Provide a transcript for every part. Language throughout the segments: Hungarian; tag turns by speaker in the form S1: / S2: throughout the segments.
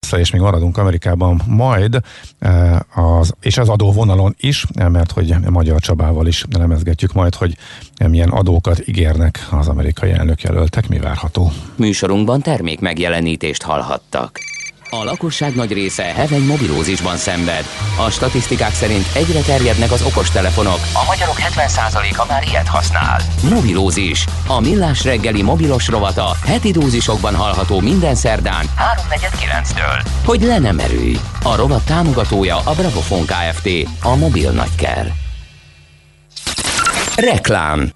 S1: perccel, és még maradunk Amerikában majd, és az adóvonalon is, mert hogy Magyar Csabával is elemezgetjük majd, hogy milyen adókat ígérnek az amerikai elnökjelöltek, mi várható.
S2: Műsorunkban termék megjelenítést hallhattak. A lakosság nagy része heveny mobilózisban szenved. A statisztikák szerint egyre terjednek az okostelefonok, a magyarok 70%-a már ilyet használ. Mobilózis, a Millás reggeli mobilos rovata heti dózisokban hallható minden szerdán 3:49-től. Hogy le nem erőj. A rovat támogatója a Bravofon Kft. A mobil nagyker. Reklám.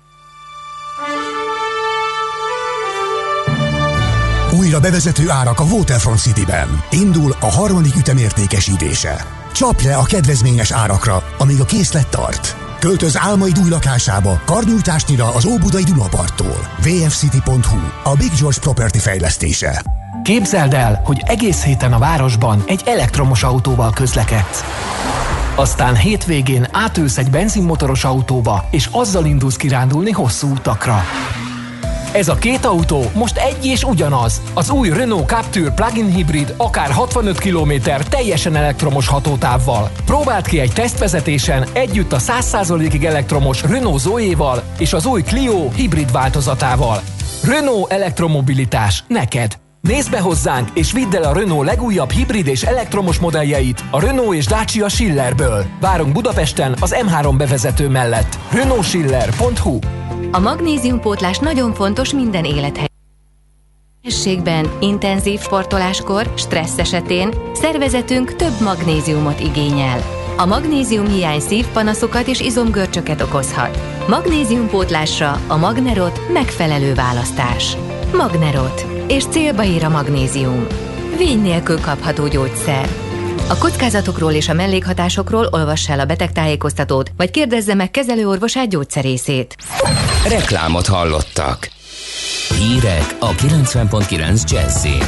S3: Újra bevezető árak a Waterfront Cityben. Indul a harmadik ütemértékesítése. Csapj le a kedvezményes árakra, amíg a készlet tart. Költöz álmaid új lakásába, karnyújtásnyira az Óbudai Dunaparttól. vfcity.hu, a Big George Property fejlesztése.
S4: Képzeld el, hogy egész héten a városban egy elektromos autóval közlekedsz. Aztán hétvégén átülsz egy benzinmotoros autóba, és azzal indulsz kirándulni hosszú utakra. Ez a két autó most egy és ugyanaz. Az új Renault Captur plug-in hibrid akár 65 km teljesen elektromos hatótávval. Próbáld ki egy tesztvezetésen együtt a 100%-ig elektromos Renault Zoe-val és az új Clio hibrid változatával. Renault elektromobilitás neked. Nézd be hozzánk és vidd el a Renault legújabb hibrid és elektromos modelljeit a Renault és Dacia Schillerből. Várunk Budapesten az M3 bevezető mellett. renaultschiller.hu.
S5: A magnéziumpótlás nagyon fontos minden élethelyzetben. Intenzív sportoláskor, stressz esetén szervezetünk több magnéziumot igényel. A magnézium hiány szívpanaszokat és izomgörcsöket okozhat. Magnéziumpótlásra a Magnerot megfelelő választás. Magnerot. És célba ér a magnézium. Vény nélkül kapható gyógyszer. A kockázatokról és a mellékhatásokról olvass el a betegtájékoztatót, vagy kérdezze meg kezelőorvosát, gyógyszerészét.
S2: Reklámot hallottak. Hírek a 90.9 Jazzin.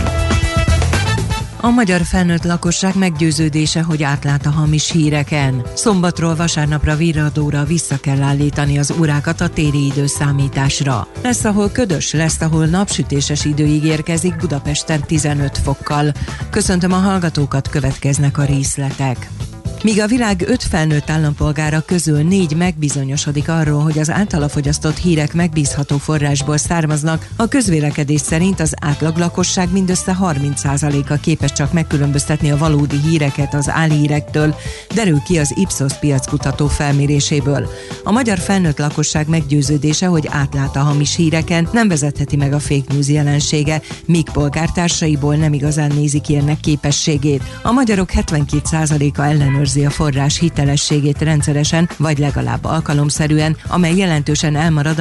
S6: A magyar felnőtt lakosság meggyőződése, hogy átlát a hamis híreken. Szombatról vasárnapra virradóra vissza kell állítani az órákat a téli időszámításra. Lesz, ahol ködös, lesz, ahol napsütéses idő ígérkezik, Budapesten 15 fokkal. Köszöntöm a hallgatókat, következnek a részletek. Míg a világ 5 felnőtt állampolgára közül 4 megbizonyosodik arról, hogy az általa fogyasztott hírek megbízható forrásból származnak, a közvélekedés szerint az átlag lakosság mindössze 30%-a képes csak megkülönböztetni a valódi híreket az álhírektől, derül ki az Ipsos piackutató felméréséből. A magyar felnőtt lakosság meggyőződése, hogy átlát a hamis híreken, nem vezetheti meg a fake news jelensége, míg polgártársaiból nem igazán nézi ki ennek képességét. A magyarok 72%-a ellenőrzi a forrás hitelességét rendszeresen, vagy legalább alkalomszerűen, amely jelentősen elmarad a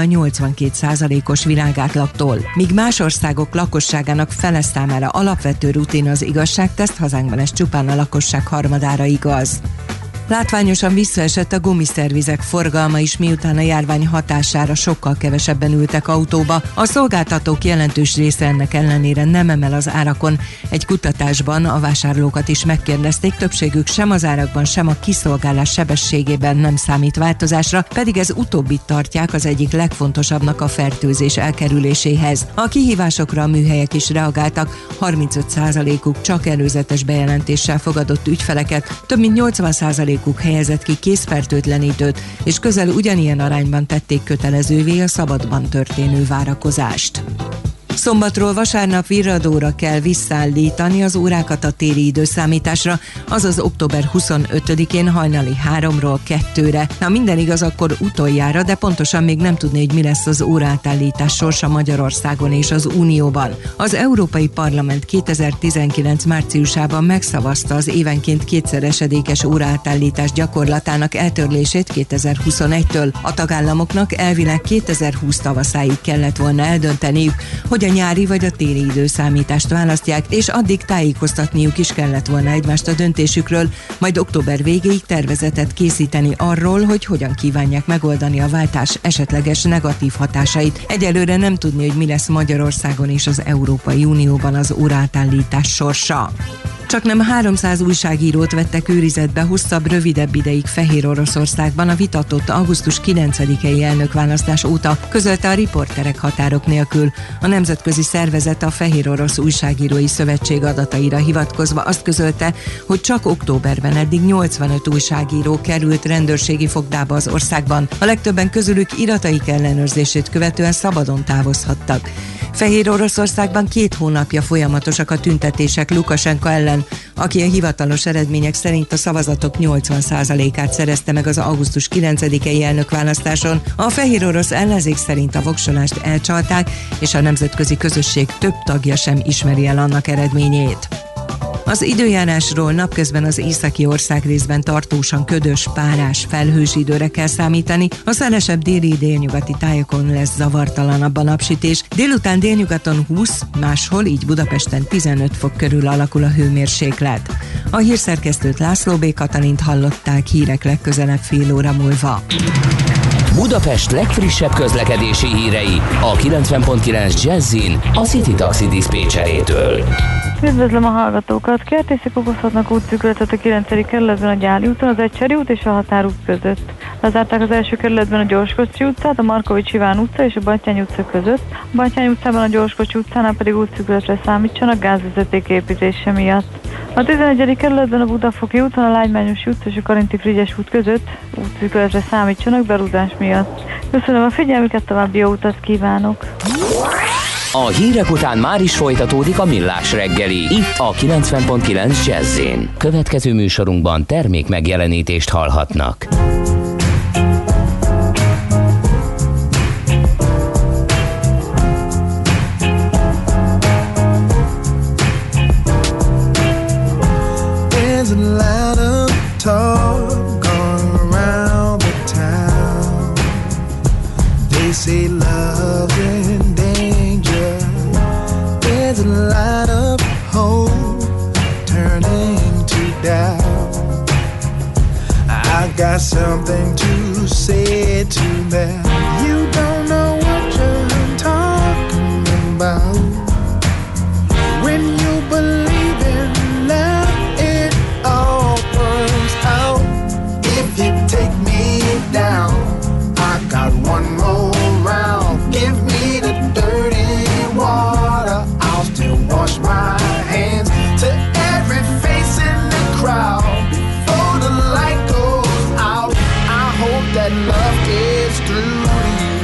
S6: 82%-os világátlagtól. Míg más országok lakosságának fele számára alapvető rutin az igazságteszt, hazánkban ez csupán a lakosság harmadára igaz. Látványosan visszaesett a gumiszervizek forgalma is, miután a járvány hatására sokkal kevesebben ültek autóba. A szolgáltatók jelentős része ennek ellenére nem emel az árakon. Egy kutatásban a vásárlókat is megkérdezték, többségük sem az árakban, sem a kiszolgálás sebességében nem számít változásra, pedig ez utóbbit tartják az egyik legfontosabbnak a fertőzés elkerüléséhez. A kihívásokra a műhelyek is reagáltak, 35%-uk csak előzetes bejelentéssel fogadott ügyfeleket, több mint 80% helyezett ki készfertőtlenítőt, és közel ugyanilyen arányban tették kötelezővé a szabadban történő várakozást. Szombatról vasárnap virradóra kell visszaállítani az órákat a téli időszámításra, azaz október 25-én hajnali 3-ról 2-re. Ha minden igaz, akkor utoljára, de pontosan még nem tudni, hogy mi lesz az órátállítás sorsa Magyarországon és az Unióban. Az Európai Parlament 2019 márciusában megszavazta az évenként kétszer esedékes órátállítás gyakorlatának eltörlését 2021-től. A tagállamoknak elvileg 2020 tavaszáig kellett volna eldönteniük, hogy a nyári vagy a téli időszámítást választják, és addig tájékoztatniuk is kellett volna egymást a döntésükről, majd október végéig tervezetet készíteni arról, hogy hogyan kívánják megoldani a váltás esetleges negatív hatásait. Egyelőre nem tudni, hogy mi lesz Magyarországon és az Európai Unióban az órátállítás sorsa. Csaknem 300 újságírót vettek őrizetbe hosszabb, rövidebb ideig Fehéroroszországban a vitatott augusztus 9-i elnökválasztás óta, közölte a Riporterek határok nélkül. A nemzetközi szervezet a Fehérorosz Újságírói Szövetség adataira hivatkozva azt közölte, hogy csak októberben eddig 85 újságíró került rendőrségi fogdába az országban. A legtöbben közülük irataik ellenőrzését követően szabadon távozhattak. Fehéroroszországban 2 hónapja folyamatosak a tüntetések Lukasenka ellen, aki a hivatalos eredmények szerint a szavazatok 80%-át szerezte meg az augusztus 9-i elnökválasztáson. A fehérorosz ellenzék szerint a voksolást elcsalták, és a nemzetközi közösség több tagja sem ismeri el annak eredményét. Az időjárásról: napközben az északi országrészben tartósan ködös, párás, felhős időre kell számítani, a szelesebb déli-délnyugati tájokon lesz zavartalanabb a napsütés, délután délnyugaton 20, máshol, így Budapesten 15 fok körül alakul a hőmérséklet. A hírszerkesztőt, László B. Katalint hallották, hírek legközelebb fél óra múlva.
S2: Budapest legfrissebb közlekedési hírei a 90.9 Jazzin a City Taxi diszpécserétől.
S7: Üdvözlöm a hallgatókat! Kertészek okozhatnak útszűkületet a 9. kerületben a Gyáli úton, az Ecseri út és a Határ út között. Lezárták az első kerületben a Gyorskocsi utcát, a Markovics Iván utca és a Batthyány utca között. A Batthyány utcában a Gyorskocsi utcánál pedig útszűkületre számítsanak gázvezeték építése miatt. A 11. kerületben a Budafoki úton, a Lágymányosi utca és a Karinti Frigyes út között útszűkületre számítsanak berúgás miatt. Köszönöm a figyelmüket, további jó utat kívánok!
S2: A hírek után már is folytatódik a Millás reggeli, itt a 90.9 Jazz-én. Következő műsorunkban termék megjelenítést hallhatnak.
S8: There's a lot of talk going around the town. They say love's in danger. There's a lot of hope turning to doubt. I got something to say to that. You don't know what you're talking about. When you believe in love, it all burns out. If you take me down, I got one more round. Give me the dirty water, I'll still wash my hands. To every face in the crowd, before the light goes out, I hope that love gets through to you.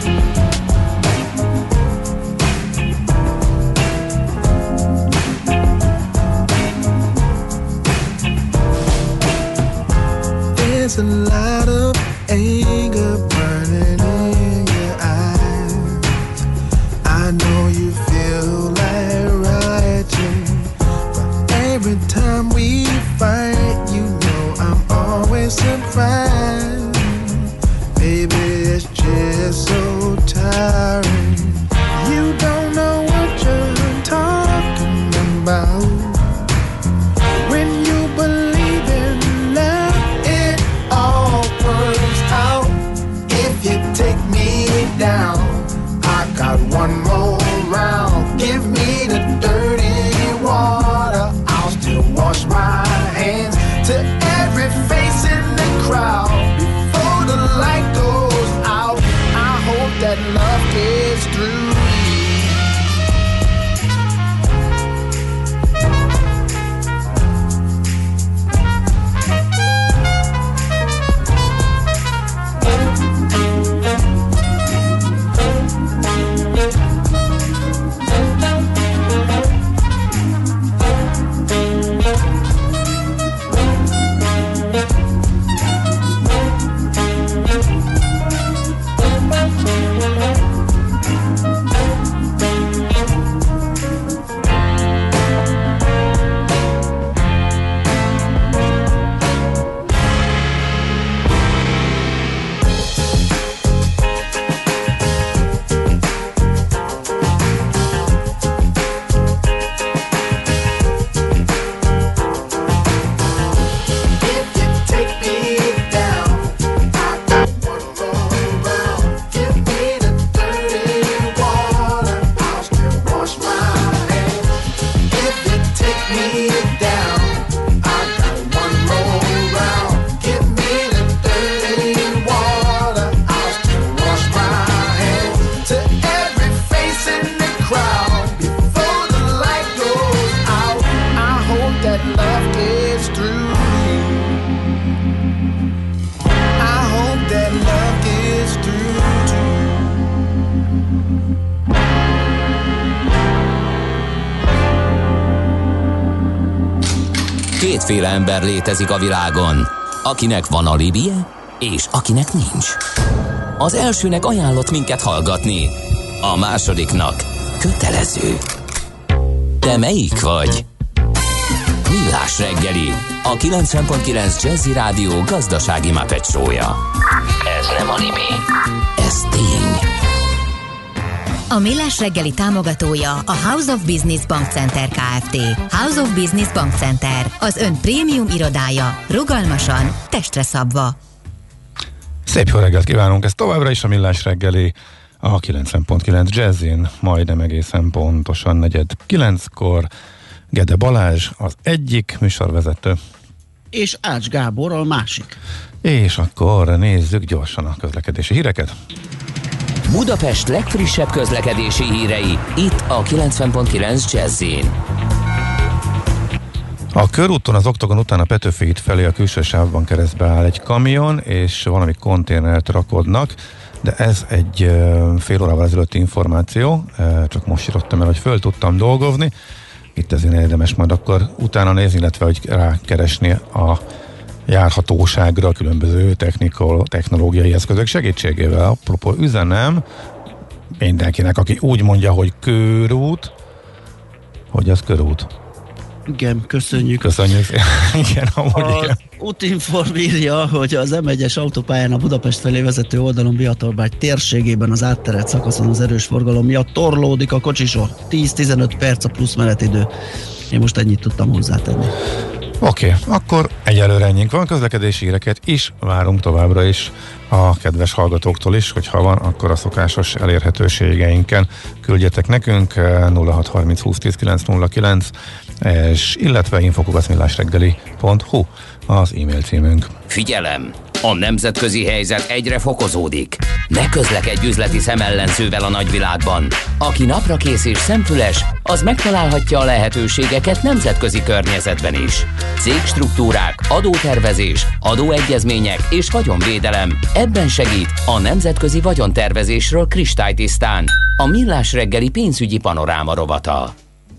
S8: There's a lot of anger burning in your eyes. I know you feel like rioting, but every time we fight, you know I'm always surprised. Baby, it's just so tiring. You don't know what you're talking about. When you believe in love, it all burns out. If you take me down, I got one more round. Give me the dirty water, I'll still wash my hands. To every face in the crowd, before the light goes out, I hope that love gets
S2: Kétféle ember létezik a világon, akinek van alibije, és akinek nincs. Az elsőnek ajánlott minket hallgatni, a másodiknak kötelező. Te melyik vagy? Millás reggeli, a 90.9 Jazzy Rádió gazdasági Muppet show-ja. Ez nem anime, ez tény.
S5: A Millás reggeli támogatója a House of Business Bankcenter Kft. House of Business Bankcenter, az ön prémium irodája, rugalmasan, testre szabva.
S1: Szép jó reggelt kívánunk, ez továbbra is a Millás reggeli, a 90.9 Jazzin, majdnem egészen pontosan 8:09-kor. Gede Balázs az egyik műsorvezető.
S9: És Ács Gábor a másik.
S1: És akkor nézzük gyorsan a közlekedési híreket.
S2: Budapest legfrissebb közlekedési hírei, itt a 90.9 Jazzin.
S1: A körúton az Oktogon után a Petőfi híd felé a külső sávban keresztbe áll egy kamion, és valami konténert rakodnak, de ez egy fél órával ezelőtti információ, csak most írottam el, hogy föl tudtam dolgozni. Itt ezért érdemes majd akkor utána nézni, illetve hogy rákeresni a járhatóságra a különböző technológiai eszközök segítségével. Apropó üzenem mindenkinek, aki úgy mondja, hogy körút, hogy az körút.
S9: Igen, köszönjük.
S1: Köszönjük. Igen,
S9: a Útinform írja, hogy az M1-es autópályán a Budapest felé vezető oldalon Bihatorbágy térségében az átterelt szakaszon az erős forgalom miatt torlódik a kocsisor. 10-15 perc a plusz menetidő. Én most ennyit tudtam hozzátenni.
S1: Oké, akkor egyelőre ennyink van, közlekedési híreket is várunk továbbra is a kedves hallgatóktól is, hogyha van, akkor a szokásos elérhetőségeinken küldjetek nekünk 0630 20 10 909 és illetve info@millásreggeli.hu az e-mail címünk.
S2: Figyelem! A nemzetközi helyzet egyre fokozódik. Ne közlekedj üzleti szemellenzővel a nagyvilágban. Aki naprakész és szemfüles, az megtalálhatja a lehetőségeket nemzetközi környezetben is. Cégstruktúrák, adótervezés, adóegyezmények és vagyonvédelem. Ebben segít a nemzetközi vagyontervezésről kristálytisztán a Millás reggeli pénzügyi panoráma rovata.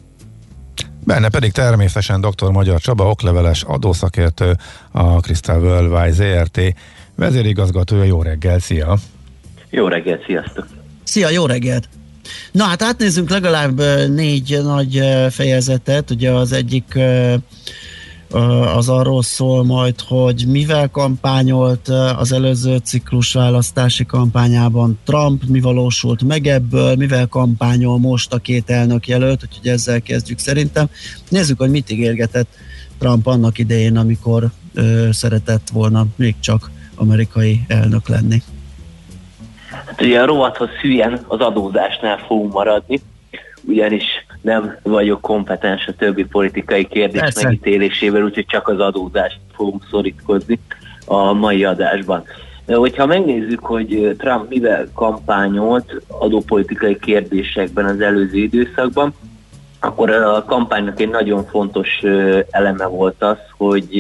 S1: Benne pedig természetesen dr. Magyar Csaba, okleveles adószakértő, a Crystal Worldwide ZRT vezérigazgatója. Jó reggel, szia!
S10: Jó reggelt, sziasztok!
S9: Szia, jó reggelt! Na hát átnézzünk legalább 4 nagy fejezetet, ugye az egyik az arról szól majd, hogy mivel kampányolt az előző ciklus választási kampányában Trump, mi valósult meg ebből, mivel kampányol most a két elnök jelölt, úgyhogy ezzel kezdjük szerintem. Nézzük, hogy mit ígérgetett Trump annak idején, amikor szeretett volna még csak amerikai elnök lenni.
S10: Hát ugye a rovathoz hülyen az adózásnál fogunk maradni, ugyanis nem vagyok kompetens a többi politikai kérdés megítélésével, úgyhogy csak az adózást fogunk szorítkozni a mai adásban. De hogyha megnézzük, hogy Trump mivel kampányolt adópolitikai kérdésekben az előző időszakban, akkor a kampánynak egy nagyon fontos eleme volt az, hogy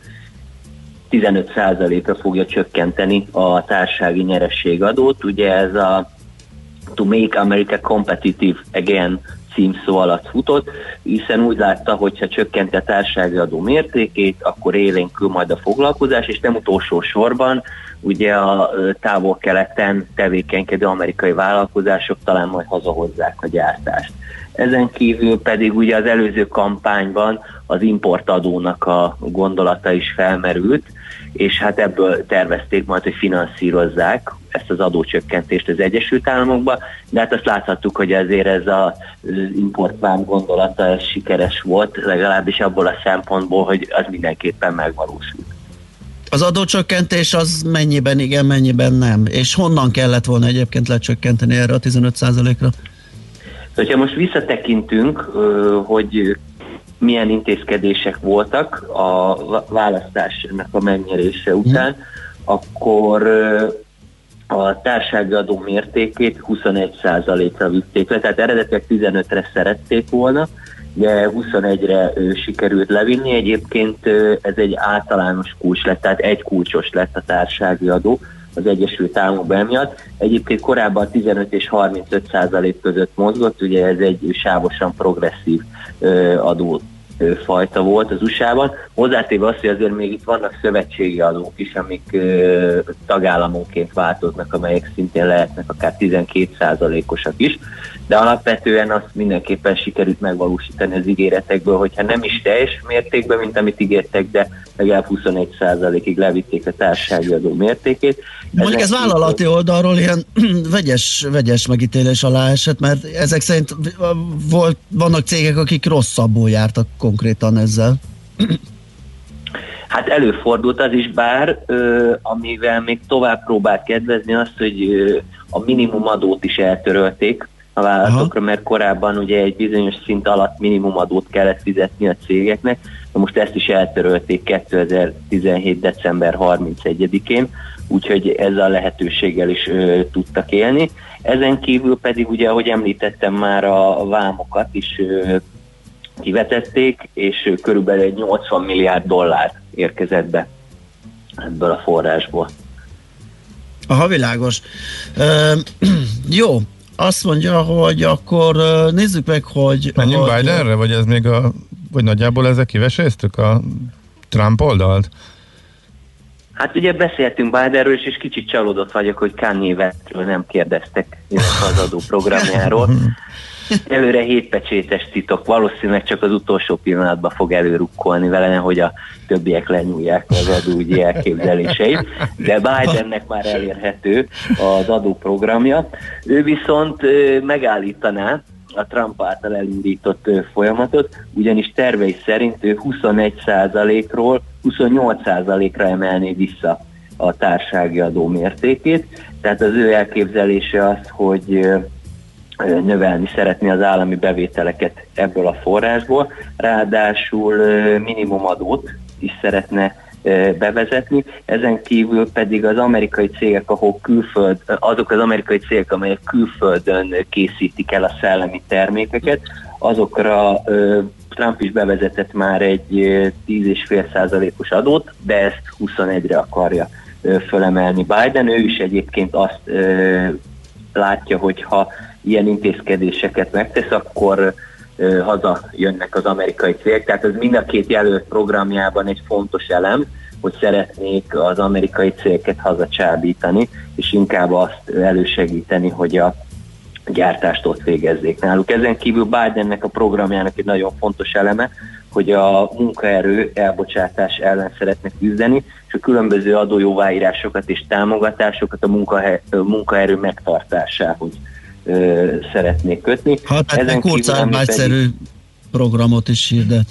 S10: 15%-ra fogja csökkenteni a társasági nyerességadót. Ugye ez a To Make America Competitive Again címszó alatt futott, hiszen úgy látta, hogyha csökkenti a társasági adó mértékét, akkor élénkül majd a foglalkozás, és nem utolsó sorban ugye a távol-keleten tevékenykedő amerikai vállalkozások talán majd hazahozzák a gyártást. Ezen kívül pedig ugye az előző kampányban az importadónak a gondolata is felmerült, és hát ebből tervezték majd, hogy finanszírozzák ezt az adócsökkentést az Egyesült Államokba, de hát azt láthattuk, hogy azért ez az importvám gondolata ez sikeres volt, legalábbis abból a szempontból, hogy az mindenképpen megvalósult.
S9: Az adócsökkentés az mennyiben igen, mennyiben nem? És honnan kellett volna egyébként lecsökkenteni erre a 15%-ra?
S10: Ha most visszatekintünk, hogy milyen intézkedések voltak a választásnak a megnyerése után, akkor a társasági adó mértékét 21%-ra vitték le, tehát eredetileg 15-re szerették volna, de 21-re sikerült levinni. Egyébként ez egy általános kulcs lett, tehát egy kulcsos lett a társasági adó az Egyesült Államokban emiatt. Egyébként korábban 15 és 35% között mozgott, ugye ez egy sávosan progresszív adó fajta volt az USA-ban. Hozzátéve azt, hogy azért még itt vannak szövetségi adók is, amik tagállamonként változnak, amelyek szintén lehetnek akár 12%-osak is, de alapvetően azt mindenképpen sikerült megvalósítani az ígéretekből, hogyha nem is teljes mértékben, mint amit ígértek, de legalább 21%-ig levitték a társasági adó mértékét.
S9: Mondjuk ez vállalati oldalról ilyen vegyes megítélés alá esett, mert ezek szerint vannak cégek, akik rosszabbul jártak konkrétan ezzel.
S10: Hát előfordult az is, bár amivel még tovább próbált kedvezni azt, hogy a minimumadót is eltörölték a vállalatokra, mert korábban ugye egy bizonyos szint alatt minimumadót kellett fizetni a cégeknek, de most ezt is eltörölték 2017. december 31-én, úgyhogy ezzel a lehetőséggel is tudtak élni. Ezen kívül pedig ugye, ahogy említettem már, a vámokat is kivetették, és körülbelül egy 80 milliárd dollár érkezett be ebből a forrásból.
S9: Aha, világos. Jó, azt mondja, hogy akkor nézzük meg, hogy...
S1: Menjünk Bidenre, vagy ez még vagy nagyjából ezzel kiveséztük a Trump oldalt?
S10: Hát ugye beszéltünk Bidenről, és kicsit csalódott vagyok, hogy Kanye Westről nem kérdeztek az adóprogramjáról. Előre 7 pecsétes titok, valószínűleg csak az utolsó pillanatban fog előrukkolni vele, nehogy a többiek lenyúlják az adóügyi elképzeléseit, de Bidennek már elérhető az adóprogramja. Ő viszont megállítaná a Trump által elindított folyamatot, ugyanis tervei szerint ő 21%-ról 28%-ra emelné vissza a társasági adó mértékét, tehát az ő elképzelése az, hogy növelni szeretné az állami bevételeket ebből a forrásból, ráadásul minimumadót is szeretne bevezetni, ezen kívül pedig az amerikai cégek, azok az amerikai cégek, amelyek külföldön készítik el a szellemi termékeket, azokra Trump is bevezetett már egy 10,5%-os adót, de ezt 21-re akarja fölemelni Biden. Ő is egyébként azt látja, hogy ha ilyen intézkedéseket megtesz, akkor haza jönnek az amerikai cégek. Tehát ez mind a két jelölt programjában egy fontos elem, hogy szeretnék az amerikai cégeket hazacsábítani, és inkább azt elősegíteni, hogy a gyártást ott végezzék náluk. Ezen kívül Bidennek a programjának egy nagyon fontos eleme, hogy a munkaerő elbocsátás ellen szeretne küzdeni, és a különböző adójóváírásokat és támogatásokat a munkaerő megtartásához szeretnék kötni.
S9: Hát egy kurzarbeit-szerű programot is hirdet.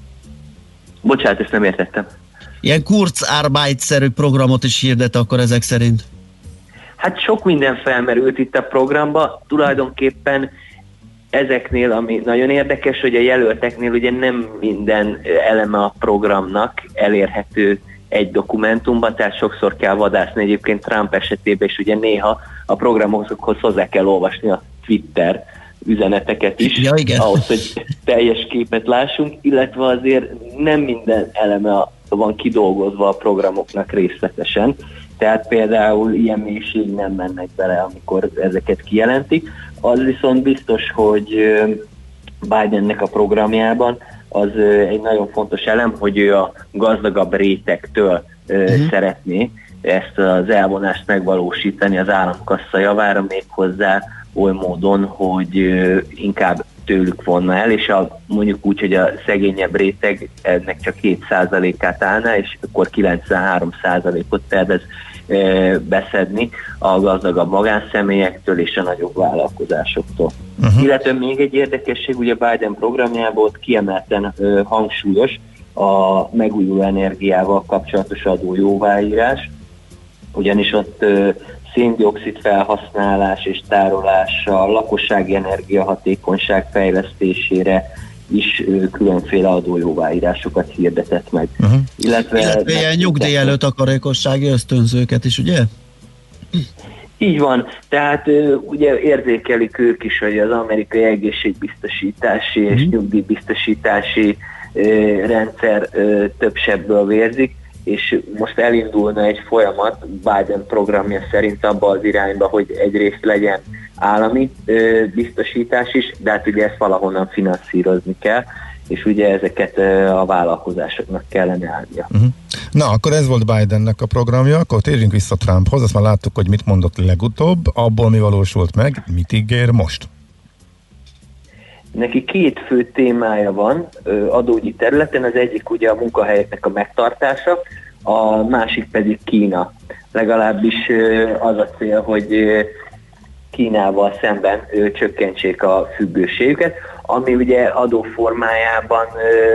S10: Bocsánat, ezt nem értettem.
S9: Ilyen kurzarbeit-szerű programot is hirdet akkor ezek szerint?
S10: Hát sok minden felmerült itt a programba, tulajdonképpen ezeknél, ami nagyon érdekes, hogy a jelölteknél ugye nem minden eleme a programnak elérhető egy dokumentumban, tehát sokszor kell vadászni. Egyébként Trump esetében is ugye néha a programokhoz hozzá kell olvasni a Twitter üzeneteket is,
S9: ja, igen.
S10: Ahhoz, hogy teljes képet lássunk, illetve azért nem minden eleme van kidolgozva a programoknak részletesen, tehát például ilyen mélység nem mennek bele, amikor ezeket kijelentik. Az viszont biztos, hogy Bidennek a programjában az egy nagyon fontos elem, hogy ő a gazdagabb rétegtől szeretné ezt az elvonást megvalósítani az államkassa javára, méghozzá oly módon, hogy inkább tőlük vonna el, és mondjuk úgy, hogy a szegényebb réteg ennek csak 7%-át állná, és akkor 93%-ot tervez beszedni a gazdagabb magánszemélyektől és a nagyobb vállalkozásoktól. Illetve még egy érdekesség, ugye Biden programjából kiemelten hangsúlyos a megújuló energiával kapcsolatos adójóváírás, ugyanis ott szén-dioxid felhasználás és tárolása, lakossági energiahatékonyság fejlesztésére is különféle adójóváírásokat hirdetett meg.
S9: Illetve ilyen nyugdíj előtt takarékossági ösztönzőket is, ugye?
S10: Így van, tehát ugye érzékelik ők is, hogy az amerikai egészségbiztosítási és nyugdíjbiztosítási rendszer több sebből vérzik, és most elindulna egy folyamat Biden programja szerint abba az irányba, hogy egyrészt legyen állami biztosítás is, de hát ugye ezt valahonnan finanszírozni kell, és ugye ezeket a vállalkozásoknak kellene állnia.
S1: Na, akkor ez volt Bidennek a programja, akkor térjünk vissza Trumphoz, azt már láttuk, hogy mit mondott legutóbb, abból mi valósult meg, mit ígér most?
S10: Neki két fő témája van adóügyi területen, az egyik ugye a munkahelyeknek a megtartása, a másik pedig Kína. Legalábbis az a cél, hogy Kínával szemben csökkentsék a függőségüket, ami ugye adóformájában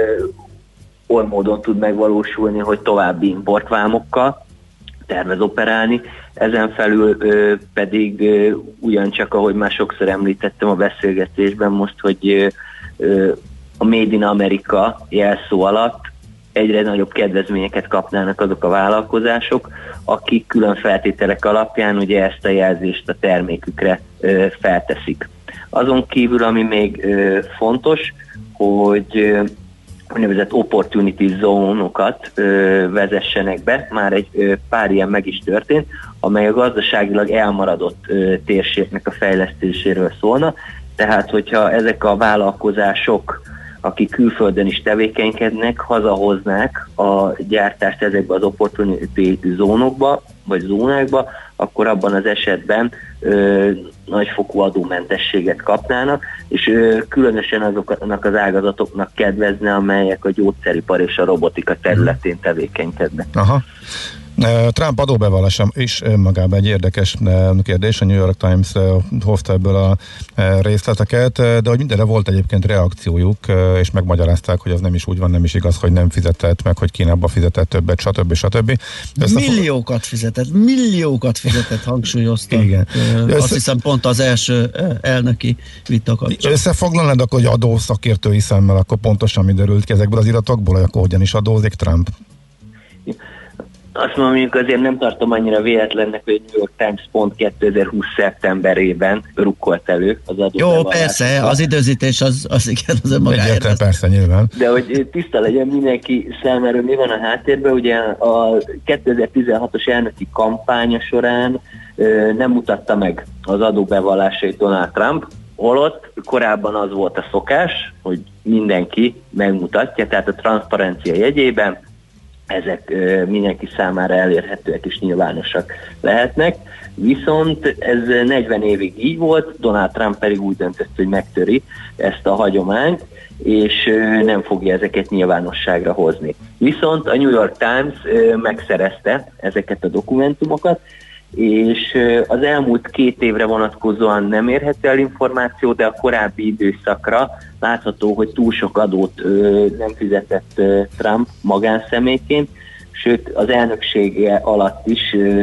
S10: oly módon tud megvalósulni, hogy további importvámokkal tervez operálni, ezen felül pedig ugyancsak, ahogy már sokszor említettem a beszélgetésben most, hogy a Made in America jelszó alatt egyre nagyobb kedvezményeket kapnának azok a vállalkozások, akik külön feltételek alapján ugye ezt a jelzést a termékükre felteszik. Azon kívül, ami még fontos, hogy úgynevezett opportunity zónokat vezessenek be, már egy pár ilyen meg is történt, amely a gazdaságilag elmaradott térségnek a fejlesztéséről szólna, tehát hogyha ezek a vállalkozások, akik külföldön is tevékenykednek, hazahoznák a gyártást ezekbe az opportunity zónokba, vagy zónákba, akkor abban az esetben nagyfokú adómentességet kapnának, és különösen azoknak az ágazatoknak kedvezne, amelyek a gyógyszeripar és a robotika területén tevékenykednek.
S1: Aha. Trump adóbevallása is magában egy érdekes kérdés, a New York Times hozta ebből a részleteket, de hogy mindenre volt egyébként reakciójuk, és megmagyarázták, hogy az nem is úgy van, nem is igaz, hogy nem fizetett, meg hogy Kínába fizetett többet, stb.
S9: Milliókat fizetett, hangsúlyoztam.
S1: Igen.
S9: Azt hiszem pont az első elnöki vita kapcsolatban.
S1: Összefoglalnád akkor, hogy adószakértői szemmel, akkor pontosan mi derült ki ezekből az iratokból, hogy akkor hogyan is adózik Trump?
S10: Azt mondjuk azért nem tartom annyira véletlennek, hogy a New York Times pont 2020. szeptemberében rukkolt elő az adóbevallásokat.
S9: Jó, persze, az időzítés az igen, az önmagáért.
S1: Persze, nyilván.
S10: De hogy tiszta legyen mindenki számára, mi van a háttérben, ugye a 2016-os elnöki kampánya során nem mutatta meg az adóbevallásait Donald Trump, holott korábban az volt a szokás, hogy mindenki megmutatja, tehát a transzparencia jegyében ezek mindenki számára elérhetőek és nyilvánosak lehetnek. Viszont ez 40 évig így volt, Donald Trump pedig úgy döntött, hogy megtöri ezt a hagyományt, és nem fogja ezeket nyilvánosságra hozni. Viszont a New York Times megszerezte ezeket a dokumentumokat, és az elmúlt 2 évre vonatkozóan nem érhető el információ, de a korábbi időszakra látható, hogy túl sok adót nem fizetett Trump magánszemélyként, sőt az elnöksége alatt is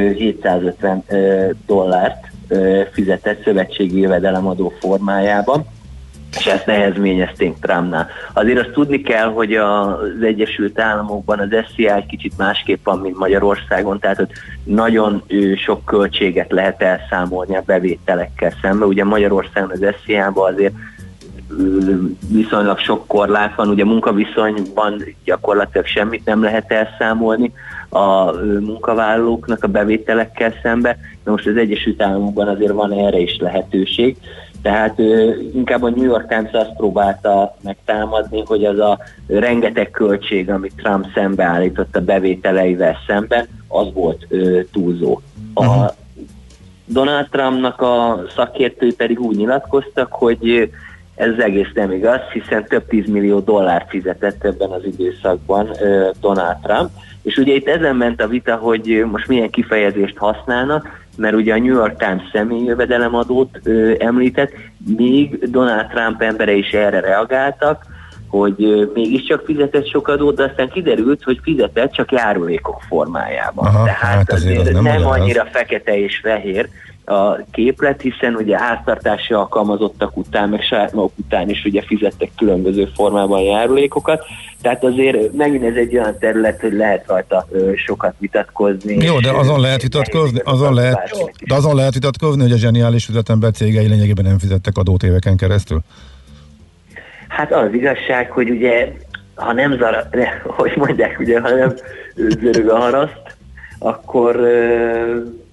S10: $750 fizetett szövetségi jövedelemadó formájában, és ezt nehezményezték Trumpnál. Azért azt tudni kell, hogy az Egyesült Államokban az SZIA egy kicsit másképp van, mint Magyarországon, tehát ott nagyon sok költséget lehet elszámolni a bevételekkel szemben. Ugye Magyarországon az SZIA-ban azért viszonylag sok korlát van, ugye munkaviszonyban gyakorlatilag semmit nem lehet elszámolni a munkavállalóknak a bevételekkel szemben, de most az Egyesült Államokban azért van erre is lehetőség. Tehát inkább a New York Times azt próbálta megtámadni, hogy az a rengeteg költség, amit Trump szembeállított a bevételeivel szemben, az volt túlzó. A Donald Trumpnak a szakértői pedig úgy nyilatkoztak, hogy ez egész nem igaz, hiszen több $10 millió fizetett ebben az időszakban Donald Trump. És ugye itt ezen ment a vita, hogy most milyen kifejezést használnak, mert ugye a New York Times személyi jövedelemadót említett, míg Donald Trump embere is erre reagáltak, hogy mégiscsak fizetett sok adót, de aztán kiderült, hogy fizetett csak járulékok formájában.
S1: Aha,
S10: tehát
S1: hát azért
S10: nem annyira fekete és fehér a képlet, hiszen ugye háztartási alkalmazottak után, meg saját maguk után is ugye fizettek különböző formában járulékokat, tehát azért megint ez egy olyan terület, hogy lehet rajta sokat vitatkozni.
S1: Jó, de azon lehet vitatkozni, azon lehet vitatkozni, hogy a zseniális üzletember cégei lényegében nem fizettek adót éveken keresztül?
S10: Hát az igazság, hogy ugye, ha nem hogy mondják, ugye, ha nem zörög a haraszt, akkor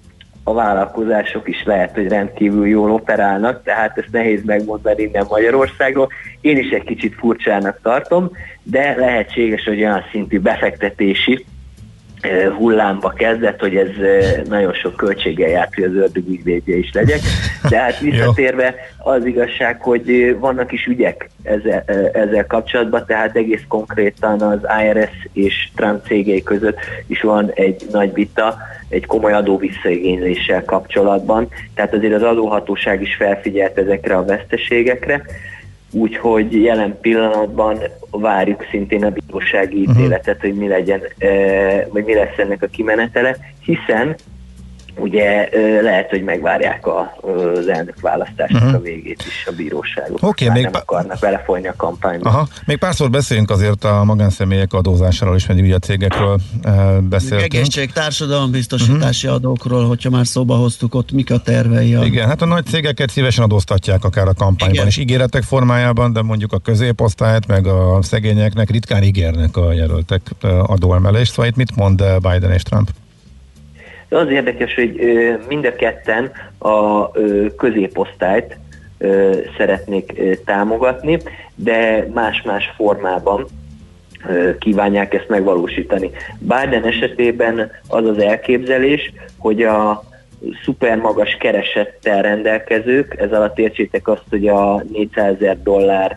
S10: a vállalkozások is lehet, hogy rendkívül jól operálnak, tehát ezt nehéz megmondani innen Magyarországról. Én is egy kicsit furcsának tartom, de lehetséges, hogy olyan szintű befektetési hullámba kezdett, hogy ez nagyon sok költséggel járt, hogy az ördög ügyvédje is legyek. De hát visszatérve az igazság, hogy vannak is ügyek ezzel kapcsolatban, tehát egész konkrétan az IRS és Trump cégei között is van egy nagy vita, egy komoly adóvisszaigényléssel kapcsolatban. Tehát azért az adóhatóság is felfigyelt ezekre a veszteségekre, úgyhogy jelen pillanatban várjuk szintén a bírósági ítéletet, hogy mi legyen, vagy mi lesz ennek a kimenetele, hiszen ugye lehet, hogy megvárják az elnökválasztásnak a végét is a bíróságok. Nem akarnak belefolyni a kampányba.
S1: Aha. Még párszor beszéljünk azért a magánszemélyek adózásáról is, pedig ugye a cégekről beszéltünk.
S9: Egészség, társadalombiztosítási adókról, hogyha már szóba hoztuk, ott mik a tervei?
S1: Igen, hát a nagy cégeket szívesen adóztatják akár a kampányban is ígéretek formájában, de mondjuk a középosztályt, meg a szegényeknek ritkán ígérnek a jelöltek adóemelést. Szóval itt mit mond Biden és Trump?
S10: Az érdekes, hogy mind a ketten a középosztályt szeretnék támogatni, de más-más formában kívánják ezt megvalósítani. Biden esetében az az elképzelés, hogy a szupermagas keresettel rendelkezők, ez alatt értsétek azt, hogy a $400,000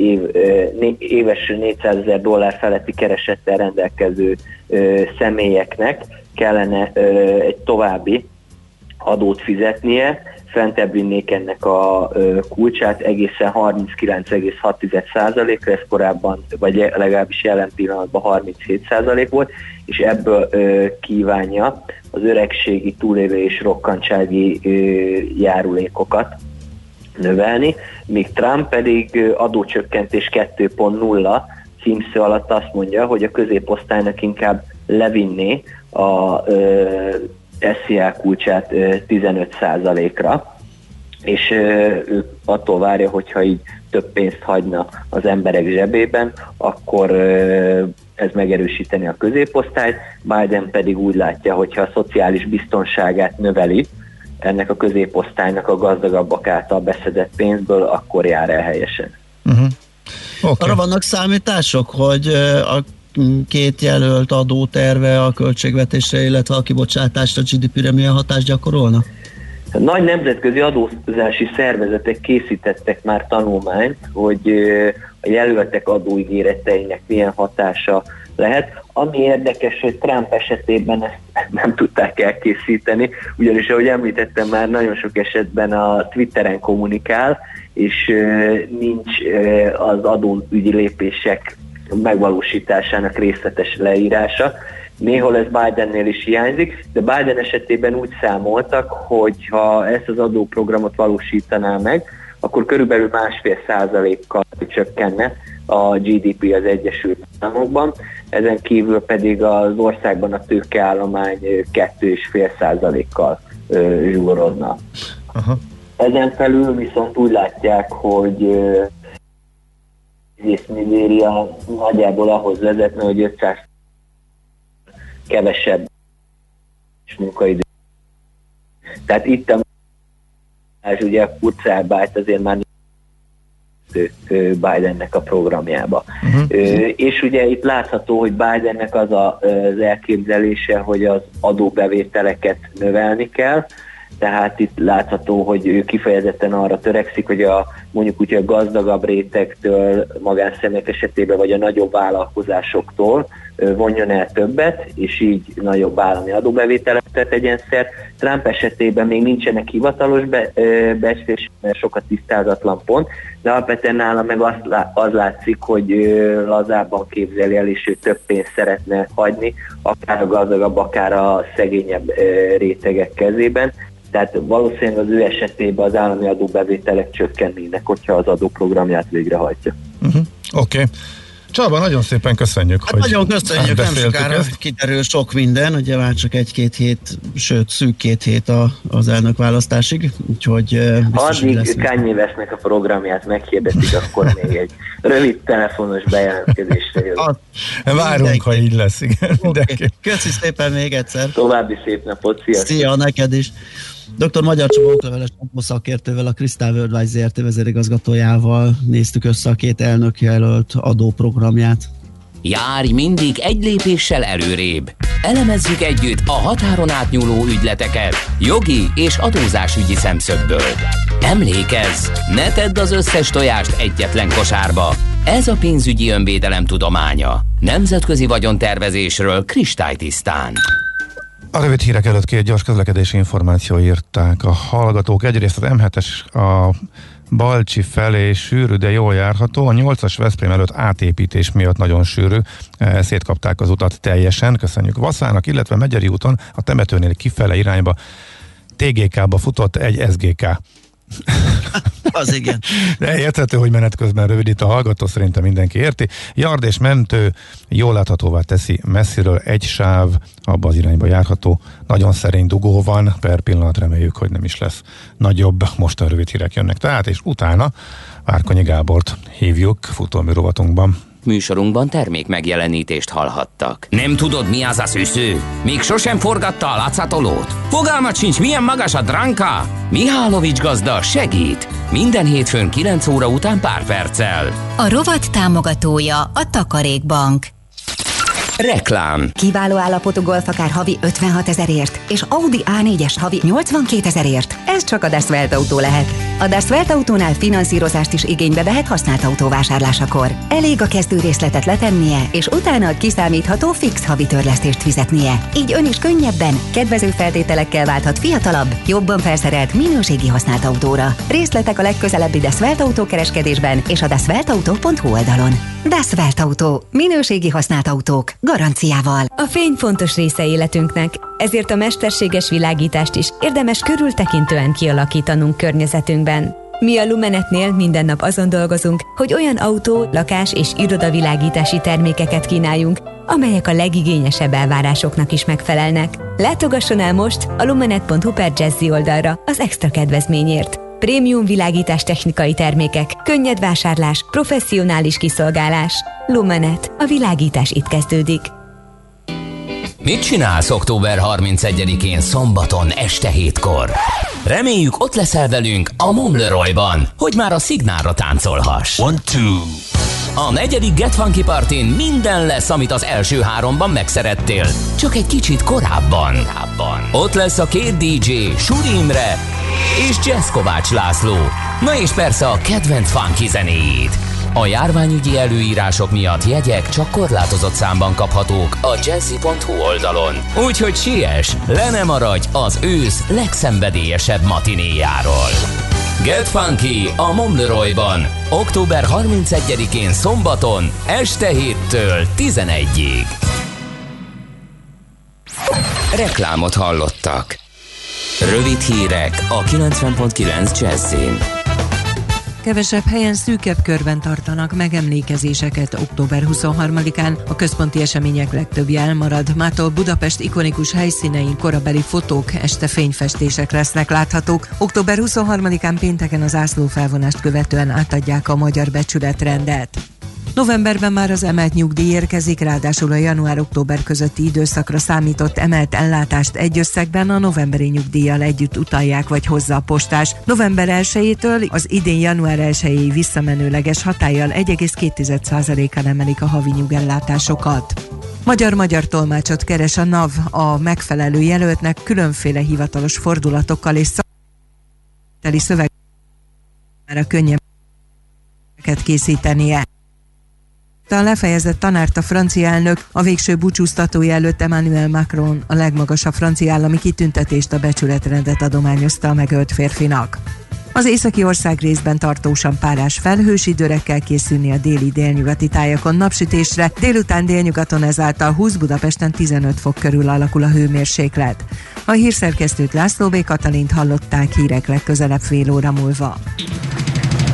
S10: éves $400,000 feletti keresettel rendelkező személyeknek kellene egy további adót fizetnie, fentebb vinnék ennek a kulcsát egészen 39,6%-ra, ez korábban, vagy legalábbis jelen pillanatban 37% volt, és ebből kívánja az öregségi, túlélő és rokkantsági járulékokat növelni, míg Trump pedig adócsökkentés 2.0 címszó alatt azt mondja, hogy a középosztálynak inkább levinné a SZIA kulcsát 15%-ra, és ő attól várja, hogyha így több pénzt hagyna az emberek zsebében, akkor ez megerősíteni a középosztályt. Biden pedig úgy látja, hogyha a szociális biztonságát növeli ennek a középosztálynak a gazdagabbak által beszedett pénzből, akkor jár el helyesen.
S9: Okay. Arra vannak számítások, hogy a két jelölt adóterve a költségvetésre, illetve a kibocsátásra, a GDP-re milyen hatást gyakorolna?
S10: Nagy nemzetközi adózási szervezetek készítettek már tanulmányt, hogy a jelöltek adóígéreteinek milyen hatása lehet. Ami érdekes, hogy Trump esetében ezt nem tudták elkészíteni, ugyanis ahogy említettem már, nagyon sok esetben a Twitteren kommunikál, és nincs az adóügyi lépések megvalósításának részletes leírása. Néhol ez Bidennél is hiányzik, de Biden esetében úgy számoltak, hogy ha ezt az adóprogramot valósítaná meg, akkor körülbelül 1,5%-kal csökkenne a GDP az Egyesült Államokban, ezen kívül pedig az országban a tőkeállomány 2,5%-kal zsugorodna. Ezen felül viszont úgy látják, hogy egész mizéria nagyjából ahhoz vezetne, hogy 500 kevesebb munkaidő. Tehát itt a ugye a kurzárbájt azért már Bidennek a programjába. És ugye itt látható, hogy Bidennek az az elképzelése, hogy az adóbevételeket növelni kell, tehát itt látható, hogy ő kifejezetten arra törekszik, hogy mondjuk úgy a gazdagabb rétegtől, magánszemélyek esetében, vagy a nagyobb vállalkozásoktól vonjon el többet, és így nagyobb állami adóbevételeket tegyen szert. Trump esetében még nincsenek hivatalos becslések, mert sok a tisztázatlan pont, de alapvetően nála meg az látszik, hogy lazábban képzeli el, és ő több pénzt szeretne hagyni, akár a gazdagabb, akár a szegényebb rétegek kezében. Tehát valószínűleg az ő esetében az állami adóbevételek csökkennének, hogyha az adóprogramját végrehajtja.
S1: Oké. Csaba, nagyon szépen köszönjük,
S9: hogy nagyon köszönjük, nem sokára kiderül sok minden, ugye már csak 1-2 hét, sőt szűk 2 hét az elnökválasztásig, úgyhogy
S10: addig Kanye Westnek a programját meghirdetik, akkor még egy rövid telefonos bejelentkezésre jön.
S1: Várunk, ha így lesz, igen.
S9: Okay. Köszi szépen még egyszer.
S10: További szép napot, sziasztok!
S9: Szia, neked is! Dr. Magyar Csaba okleveles szakértővel, a Crystal Worldwide ZRT vezérigazgatójával néztük össze a 2 elnökjelölt adóprogramját.
S2: Járj mindig egy lépéssel előrébb. Elemezzük együtt a határon átnyúló ügyleteket jogi és adózásügyi szemszögből. Emlékezz, ne tedd az összes tojást egyetlen kosárba. Ez a pénzügyi önvédelem tudománya. Nemzetközi vagyontervezésről kristálytisztán.
S1: A rövid hírek előtt 2 gyors közlekedési információ írták a hallgatók. Egyrészt az M7-es a Balcsi felé sűrű, de jól járható. A 8-as Veszprém előtt átépítés miatt nagyon sűrű. Szétkapták az utat teljesen. Köszönjük Vaszának, illetve Megyeri úton a temetőnél kifele irányba TGK-ba futott egy SGK.
S9: Az igen.
S1: De érthető, hogy menet közben rövidít a hallgató, szerintem mindenki érti. Yard és mentő jól láthatóvá teszi messziről, egy sáv abba az irányba járható. Nagyon szerény dugó van, per pillanat reméljük, hogy nem is lesz nagyobb. Most a rövid hírek jönnek tehát, és utána Várkonyi Gábort hívjuk futómű rovatunkban.
S2: Műsorunkban termék megjelenítést hallhattak. Nem tudod, mi az a szűző? Még sosem forgatta a látszatolót? Fogalmat sincs, milyen magas a dránka? Mihálovics gazda segít! Minden hétfőn 9 óra után pár perccel.
S11: A rovat támogatója a Takarékbank.
S2: Reklám.
S11: Kiváló állapotú golfakár havi 56 000-ért, és Audi A4-es havi 82 000-ért. Ez csak a Das Welt autó lehet. A Das Welt autónál finanszírozást is igénybe vehet használt autó vásárlásakor. Elég a kezdő részletet letennie, és utána a kiszámítható fix havi törlesztést fizetnie. Így ön is könnyebben, kedvező feltételekkel válthat fiatalabb, jobban felszerelt minőségi használt autóra. Részletek a legközelebbi Das Welt autókereskedésben és a dasweltauto.hu oldalon. Das Welt autó. Minőségi használt autók. Garanciával.
S12: A fény fontos része életünknek, ezért a mesterséges világítást is érdemes körültekintően kialakítanunk környezetünkben. Mi a Lumenetnél minden nap azon dolgozunk, hogy olyan autó, lakás és irodavilágítási termékeket kínáljunk, amelyek a legigényesebb elvárásoknak is megfelelnek. Látogasson el most a lumenet.hu/jazzy oldalra az extra kedvezményért. Prémium világítás technikai termékek, könnyed vásárlás, professzionális kiszolgálás. Lumenet. A világítás itt kezdődik.
S2: Mit csinálsz október 31-én szombaton este 7-kor? Reméljük ott leszel velünk a Momleroyban, hogy már a szignálra táncolhass. 1, 2. A 4. Get Funky Partyn minden lesz, amit az első 3-ban megszerettél, csak egy kicsit korábban. Ott lesz a 2 DJ, Suri Imre és Jazz Kovács László. Na és persze a kedvenc funky zenéid. A járványügyi előírások miatt jegyek csak korlátozott számban kaphatók a jazzy.hu oldalon. Úgyhogy siess, le ne maradj az ősz legszenvedélyesebb matinéjáról. Get Funky a Momleroyban, október 31-én szombaton, este 7-től 11-ig. Reklámot hallottak. Rövid hírek a 90.9 Jazzin.
S6: Kevesebb helyen, szűkebb körben tartanak megemlékezéseket október 23-án. A központi események legtöbbje elmarad. Mától Budapest ikonikus helyszínein korabeli fotók, este fényfestések lesznek láthatók. Október 23-án pénteken az zászlófelvonást követően átadják a magyar becsületrendet. Novemberben már az emelt nyugdíj érkezik, ráadásul a január-október közötti időszakra számított emelt ellátást egy összegben a novemberi nyugdíjjal együtt utalják vagy hozza a postás. November 1-től az idén január 1-ig visszamenőleges hatállyal 1,2%-kal emelik a havi nyugellátásokat. Magyar tolmácsot keres a NAV, a megfelelő jelöltnek különféle hivatalos fordulatokkal és szakmai szövegre könnyebb készítenie. A lefejezett tanárt a francia elnök a végső búcsúztatója előtt Emmanuel Macron a legmagasabb francia állami kitüntetést, a becsületrendet adományozta a megölt férfinak. Az északi ország részben tartósan párás, felhős időre kell készülni a déli-délnyugati tájakon napsütésre, délután délnyugaton ezáltal 20, Budapesten 15 fok körül alakul a hőmérséklet. A hírszerkesztőt, László B. Katalint hallották, hírek legközelebb fél óra múlva.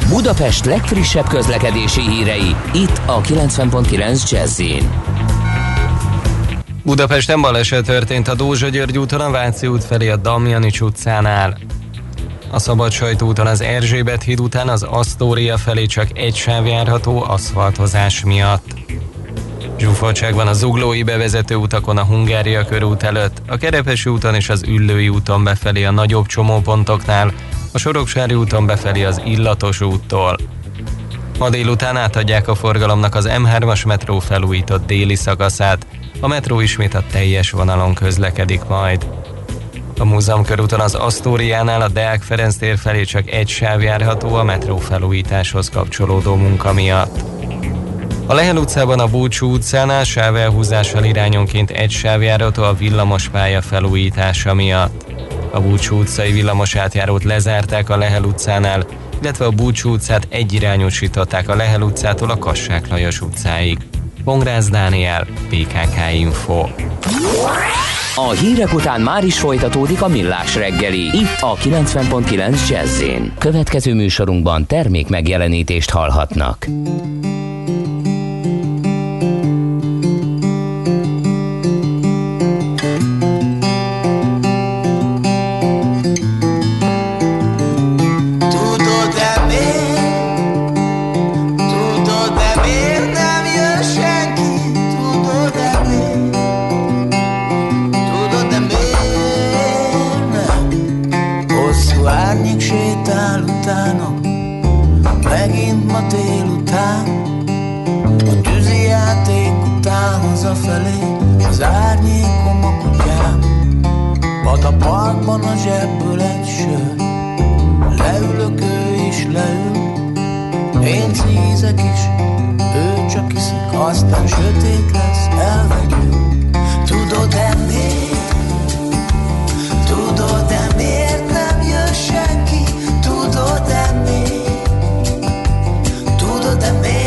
S2: Budapest legfrissebb közlekedési hírei, itt a 90.9 Jazz-in.
S13: Budapesten baleset történt a Dózsa-György úton, a Váci út felé a Damjanics utcánál. A Szabadsajt úton az Erzsébet híd után az Asztória felé csak egy sáv járható aszfaltozás miatt. Zsúfoltság van a zuglói bevezető utakon a Hungária körút előtt, a Kerepesi úton és az Üllői úton befelé a nagyobb csomópontoknál, a Soroksári úton befelé az Illatos úttól. Ma délután átadják a forgalomnak az M3-as metró felújított déli szakaszát, a metró ismét a teljes vonalon közlekedik majd. A Múzeumkörúton az Asztóriánál a Deák Ferenc tér felé csak egy sáv járható a metró felújításhoz kapcsolódó munka miatt. A Lehel utcában a Búcsú utcánál sávelhúzással irányonként egy sáv járható a villamospálya felújítása miatt. A Búcsú utcai villamos átjárót lezárták a Lehel utcánál, illetve a Búcsú utcát egyirányosították a Lehel utcától a Kassák Lajos utcáig. Pongrász Dániel, PKK Info.
S2: A hírek után már is folytatódik a Millás reggeli, itt a 90.9 Jazz-in. Következő műsorunkban termék megjelenítést hallhatnak.
S8: Az árnyékom a kutyám, vad a parkban a zsebből egy sör. Leülök, ő is leül, én cízek is, ő csak iszik, aztán sötét lesz, elvegyünk. Tudod-e miért? Tudod-e miért nem jön senki? Tudod-e miért? Tudod-e miért?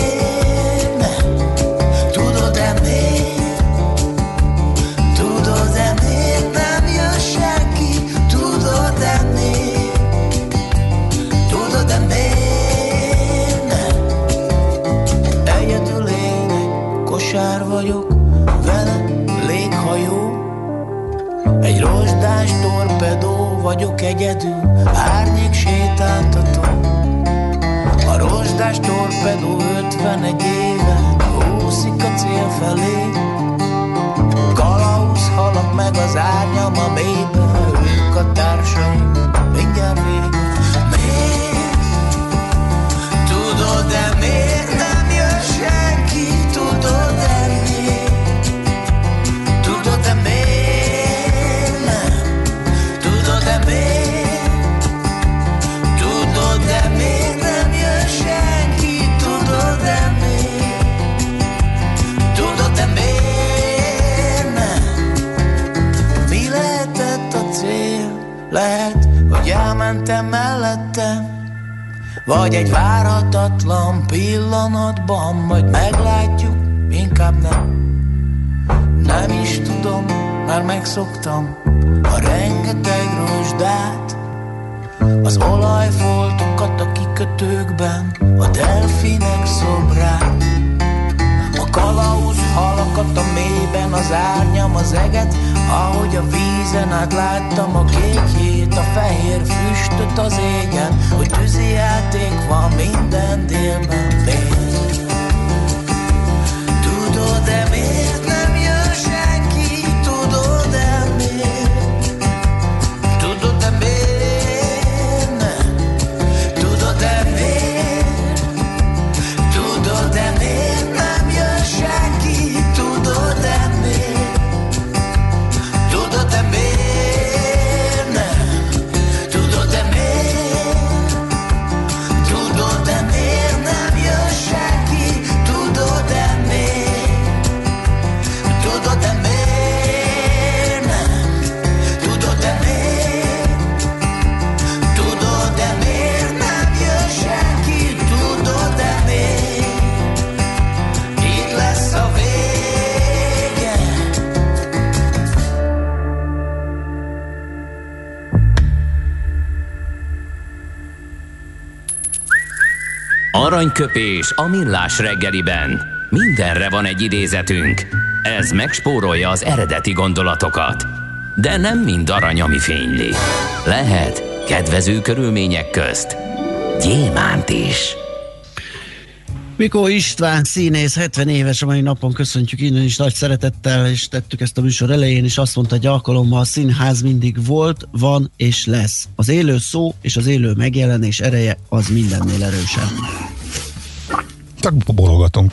S8: Vagyok, vele léghajó, egy rozsdás torpedó vagyok egyedül, árnyék sétáltató. A rozsdás torpedó 51 éve úszik a cél felé. Kalauz halak meg az árnyam a mélybe, ők a társaim, mindjárt vége. Miért? Tudod-e miért nem jön senki? Tudod-e? Lehet, hogy elmentem mellettem, vagy egy várhatatlan pillanatban, majd meglátjuk, inkább nem. Nem is tudom, már megszoktam a rengeteg rozsdát, az olajfoltokat a kikötőkben, a delfinek szobrát, a kalauz halakat a mélyben, az árnyam, az eget, ahogy a vízen át láttam a kékjét, a fehér füstöt az égen, hogy tűzi játék van minden délben. Miért? Tudod-e miért nem jön senki? Tudod-e miért? Tudod-e miért nem? Tudod-e miért? Tudod-e miért nem jön senki? Tudod-e miért? Tudod-e miért nem? Tudod-e miért? Tudod-e miért nem jön senki? Tudod-e miért?
S2: Aranyköpés a millás reggeliben. Mindenre van egy idézetünk. Ez megspórolja az eredeti gondolatokat. De nem mind arany, ami fényli. Lehet kedvező körülmények közt gyémánt is.
S9: Mikó István színész, 70 éves, a mai napon köszöntjük innen is nagy szeretettel, és tettük ezt a műsor elején, és azt mondta egy alkalommal, a színház mindig volt, van és lesz. Az élő szó és az élő megjelenés ereje az mindennél erősebb.
S1: Csak bologatunk.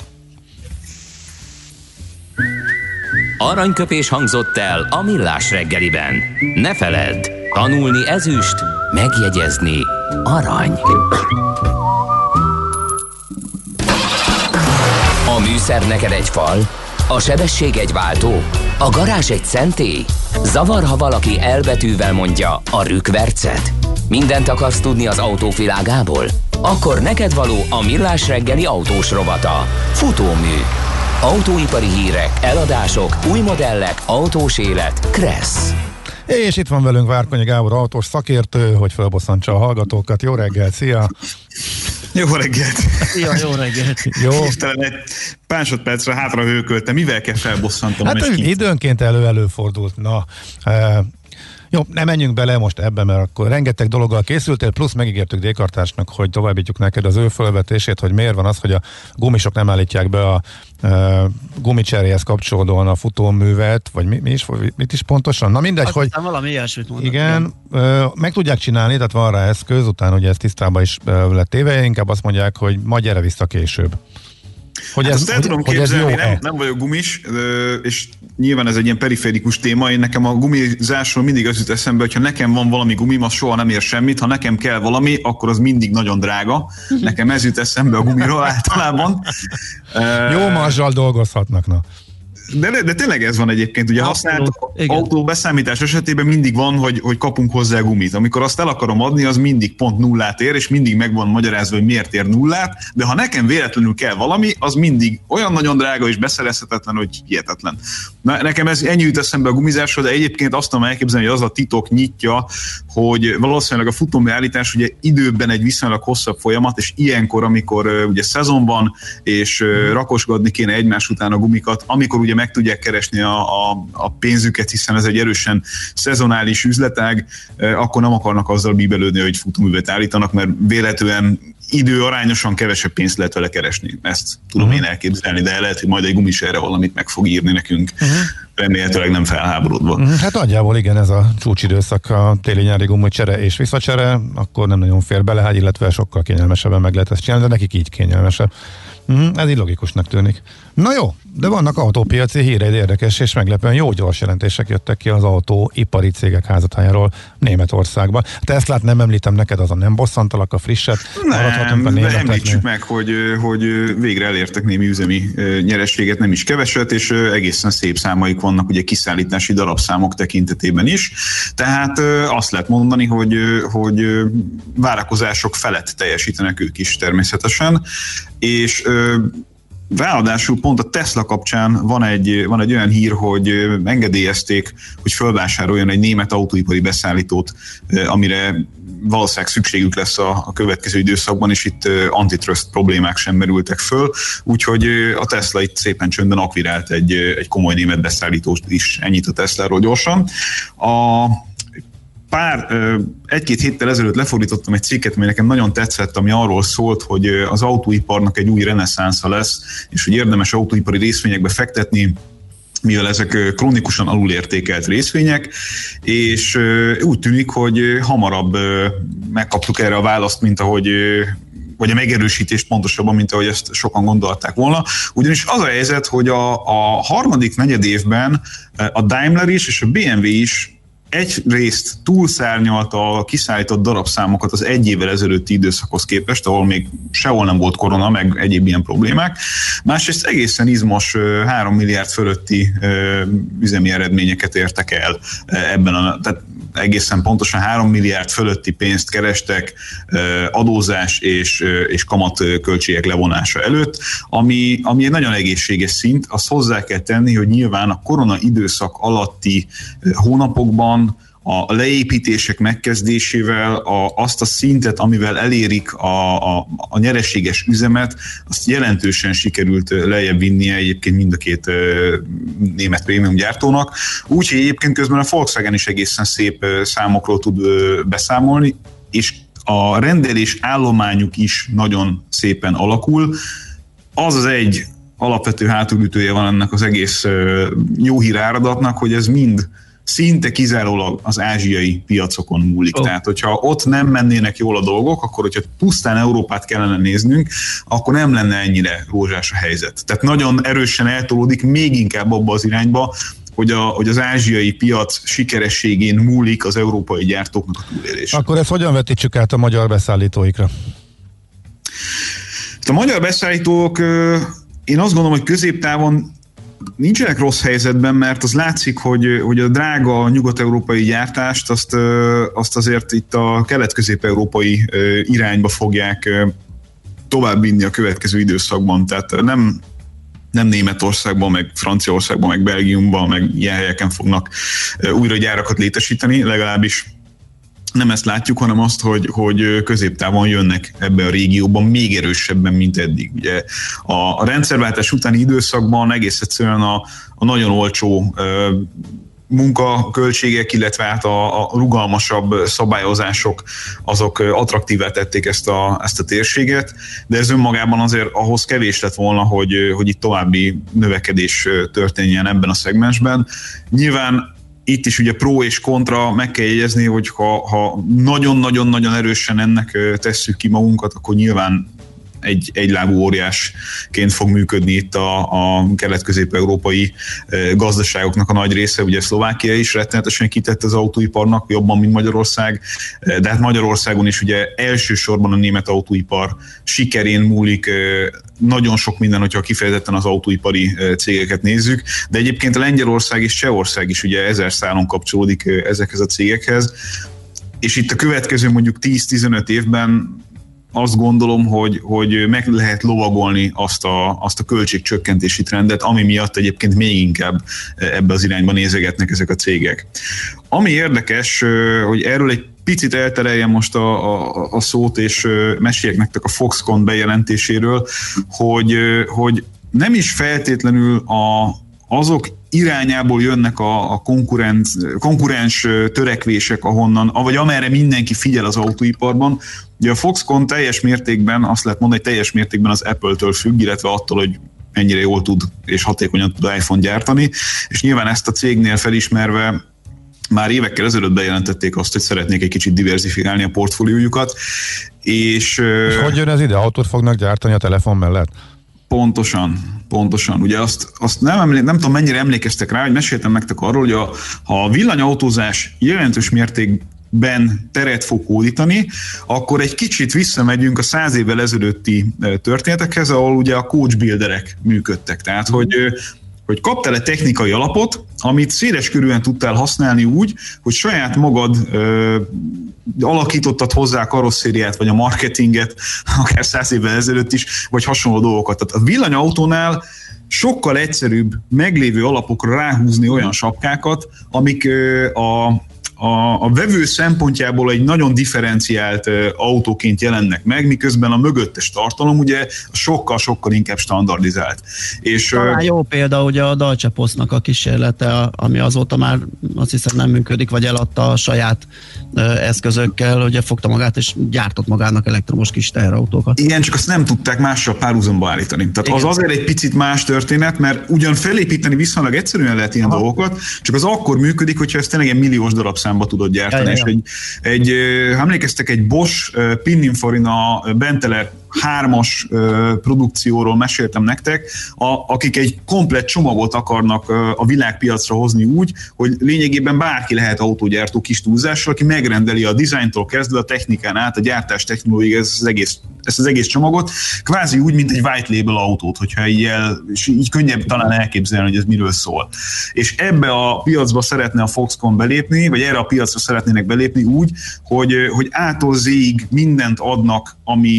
S2: Aranyköpés hangzott el a millás reggeliben. Ne feledd, tanulni ezüst, megjegyezni arany. A műszer neked egy fal, a sebesség egy váltó, a garázs egy szentély. Zavar, ha valaki elbetűvel mondja a rükvercet. Mindent akarsz tudni az autóvilágából? Akkor neked való a millás reggeli autós rovata. Futómű. Autóipari hírek, eladások, új modellek, autós élet. Kressz.
S1: És itt van velünk Várkonyi Gábor, autós szakértő, hogy felbosszantsa a hallgatókat. Jó reggelt, szia!
S14: Jó reggelt!
S9: Ja, jó reggelt!
S1: Jó.
S14: Hirtelen egy másodpercre hátra hőköltem. Mivel kell felbosszantanom?
S1: Hát időnként előfordult. Na, jó, nem menjünk bele most ebbe, mert akkor rengeteg dologgal készültél, plusz megígértük D-kartásnak, hogy továbbítjuk neked az ő felvetését, hogy miért van az, hogy a gumisok nem állítják be a gumicseréhez kapcsolódóan a futóművet, vagy mit is pontosan? Na mindegy,
S9: azt
S1: hogy...
S9: valami ilyesmit mondok.
S1: Igen, meg tudják csinálni, tehát van rá eszköz, utána ugye ez tisztában is lett téve, inkább azt mondják, hogy majd gyere vissza később.
S14: Hogy hát ezt el tudom képzelni, nem vagyok gumis, és nyilván ez egy ilyen periférikus téma. Én nekem a gumizásról mindig az jut eszembe, hogyha nekem van valami gumim, az soha nem ér semmit. Ha nekem kell valami, akkor az mindig nagyon drága. Nekem ez jut eszembe a gumiról általában.
S1: Jó marzsal dolgozhatnak, na.
S14: De tényleg ez van egyébként, ugye használt autó beszámítás esetében mindig van, hogy kapunk hozzá gumit. Amikor azt el akarom adni, az mindig pont nullát ér, és mindig meg van magyarázva, hogy miért ér nullát, de ha nekem véletlenül kell valami, az mindig olyan nagyon drága és beszerezhetetlen, hogy hihetetlen. Nekem ez ennyi jut eszembe a gumizásról, de egyébként azt tudom elképzelni, hogy az a titok nyitja, hogy valószínűleg a futómű állítás ugye időben egy viszonylag hosszabb folyamat, és ilyenkor, amikor ugye szezon van, és rakosgatni kéne egymás után a gumikat, amikor ugye meg tudják keresni a pénzüket, hiszen ez egy erősen szezonális üzletág, akkor nem akarnak azzal bíbelődni, hogy futóművet állítanak, mert véletlenül időarányosan kevesebb pénzt lehet vele keresni. Ezt tudom én elképzelni, de lehet, hogy majd egy gumis erre valamit meg fog írni nekünk. Remélhetőleg nem felháborodva.
S1: Hát nagyjából igen, ez a csúcsidőszak, a téli-nyári gumicsere és visszacsere, akkor nem nagyon fér bele, illetve sokkal kényelmesebben meg lehet ezt csinálni, de nekik így kényelmesebb. Ez így logikusnak tűnik. Na jó, de vannak autópiaci híreid, érdekes és meglepően jó gyors jelentések jöttek ki az autóipari cégek házatájáról Németországban. Teslát nem említem neked, azon nem bosszantalak, a frisset.
S14: Nem, de említsük meg, hogy végre elértek némi üzemi nyerességet, nem is keveset, és egészen szép számaik vannak ugye kiszállítási darabszámok tekintetében is. Tehát azt lehet mondani, hogy várakozások felett teljesítenek ők is természetesen, és ráadásul pont a Tesla kapcsán van egy olyan hír, hogy engedélyezték, hogy fölvásároljon egy német autóipari beszállítót, amire valószínűleg szükségük lesz a következő időszakban, és itt antitrust problémák sem merültek föl, úgyhogy a Tesla itt szépen csöndben akvirált egy komoly német beszállítót is. Ennyit a Tesláról gyorsan. Egy-két héttel ezelőtt lefordítottam egy cikket, ami nekem nagyon tetszett, ami arról szólt, hogy az autóiparnak egy új reneszánsza lesz, és hogy érdemes autóipari részvényekbe fektetni, mivel ezek krónikusan alulértékelt részvények, és úgy tűnik, hogy hamarabb megkaptuk erre a választ, mint ahogy vagy a megerősítést pontosabban, mint ahogy ezt sokan gondolták volna. Ugyanis az a helyzet, hogy a harmadik negyedévben a Daimler is és a BMW is egyrészt túlszárnyalta a kiszállított darabszámokat az egy évvel ezelőtti időszakhoz képest, ahol még sehol nem volt korona, meg egyéb ilyen problémák. Másrészt egészen izmos 3 milliárd fölötti üzemi eredményeket értek el ebben tehát egészen pontosan 3 milliárd fölötti pénzt kerestek adózás és kamatköltségek levonása előtt, ami egy nagyon egészséges szint. Azt hozzá kell tenni, hogy nyilván a korona időszak alatti hónapokban a leépítések megkezdésével azt a szintet, amivel elérik a nyereséges üzemet, azt jelentősen sikerült lejjebb vinnie egyébként mind a két német prémium gyártónak. Úgyhogy egyébként közben a Volkswagen is egészen szép számokról tud beszámolni, és a rendelés állományuk is nagyon szépen alakul. Az egy alapvető hátulütője van ennek az egész jó hír áradatnak, hogy ez mind szinte kizárólag az ázsiai piacokon múlik. Tehát, hogyha ott nem mennének jól a dolgok, akkor, hogyha pusztán Európát kellene néznünk, akkor nem lenne ennyire rózsás a helyzet. Tehát nagyon erősen eltolódik még inkább abba az irányba, hogy az ázsiai piac sikerességén múlik az európai gyártóknak a túlélés.
S1: Akkor ezt hogyan vetítsük át a magyar beszállítóikra?
S14: A magyar beszállítók, én azt gondolom, hogy középtávon nincsenek rossz helyzetben, mert az látszik, hogy a drága nyugat-európai gyártást azt azért itt a kelet-közép-európai irányba fogják továbbvinni a következő időszakban. Tehát nem Németországban, meg Franciaországban, meg Belgiumban, meg ilyen helyeken fognak újra gyárakat létesíteni, legalábbis nem ezt látjuk, hanem azt, hogy középtávon jönnek ebbe a régióban még erősebben, mint eddig. Ugye a rendszerváltás utáni időszakban egész egyszerűen a nagyon olcsó munkaköltségek, illetve hát a rugalmasabb szabályozások, azok attraktívá tették ezt a térséget, de ez önmagában azért ahhoz kevés lett volna, hogy itt további növekedés történjen ebben a szegmensben. Nyilván itt is ugye pro és kontra, meg kell jegyezni, hogy ha nagyon-nagyon-nagyon erősen ennek tesszük ki magunkat, akkor nyilván egy egylábú óriásként fog működni itt a kelet-közép-európai gazdaságoknak a nagy része. Ugye Szlovákia is rettenetesen kitett az autóiparnak, jobban, mint Magyarország, de hát Magyarországon is ugye elsősorban a német autóipar sikerén múlik nagyon sok minden, hogyha kifejezetten az autóipari cégeket nézzük, de egyébként a Lengyelország és Csehország is ugye 1000 szálon kapcsolódik ezekhez a cégekhez, és itt a következő mondjuk 10-15 évben azt gondolom, hogy meg lehet lovagolni azt a költségcsökkentési trendet, ami miatt egyébként még inkább ebbe az irányba nézegetnek ezek a cégek. Ami érdekes, hogy erről egy picit eltereljem most a szót, és meséljek nektek a Foxconn bejelentéséről, hogy nem is feltétlenül azok irányából jönnek a konkurens törekvések, vagy amerre mindenki figyel az autóiparban. Ugye a Foxconn teljes mértékben, azt lehet mondani, hogy teljes mértékben az Apple-től függ, illetve attól, hogy mennyire jól tud és hatékonyan tud iPhone gyártani, és nyilván ezt a cégnél felismerve már évekkel ezelőtt bejelentették azt, hogy szeretnék egy kicsit diversifikálni a portfóliójukat. És
S1: hogy jön ez ide? Autót fognak gyártani a telefon mellett?
S14: Pontosan. Ugye azt nem tudom, mennyire emlékeztek rá, hogy meséltem nektek arról, hogy ha a villanyautózás jelentős mértékben teret fog hódítani, akkor egy kicsit visszamegyünk a 100 évvel ezelőtti történetekhez, ahol ugye a coachbuilderek működtek. Tehát, hogy kaptál egy technikai alapot, amit széleskörűen tudtál használni úgy, hogy saját magad alakítottad hozzá a karosszériát, vagy a marketinget, akár 100 évvel ezelőtt is, vagy hasonló dolgokat. Tehát a villanyautónál sokkal egyszerűbb meglévő alapokra ráhúzni olyan sapkákat, amik a vevő szempontjából egy nagyon differenciált autóként jelennek meg, miközben a mögöttes tartalom ugye sokkal inkább standardizált. És
S9: talán jó példa ugye a Dacia Postnak a kísérlete, ami azóta már azt hiszem nem működik, vagy eladta a saját eszközökkel, ugye fogta magát és gyártott magának elektromos kis teherautókat.
S14: Igen, csak azt nem tudták mással párhuzamba állítani. Tehát igen. Az azért egy picit más történet, mert ugyan felépíteni viszonylag egyszerűen lehet ilyen dolgokat, csak az akkor működik, hogyha ezt tényleg egy milliós darabszámba tudod gyártani. Ja. És emlékeztek egy Bosch Pininfarina Benteler 3-as produkcióról meséltem nektek, akik egy komplett csomagot akarnak a világpiacra hozni úgy, hogy lényegében bárki lehet autógyártó kis túlzással, aki megrendeli a dizájntól kezdve a technikán át, a gyártás technológiai ezt az egész csomagot, kvázi úgy, mint egy white label autót, hogyha így könnyebb talán elképzelni, hogy ez miről szól. És ebbe a piacba szeretne a Foxconn belépni, vagy erre a piacra szeretnének belépni úgy, hogy A-tól Z-ig mindent adnak, ami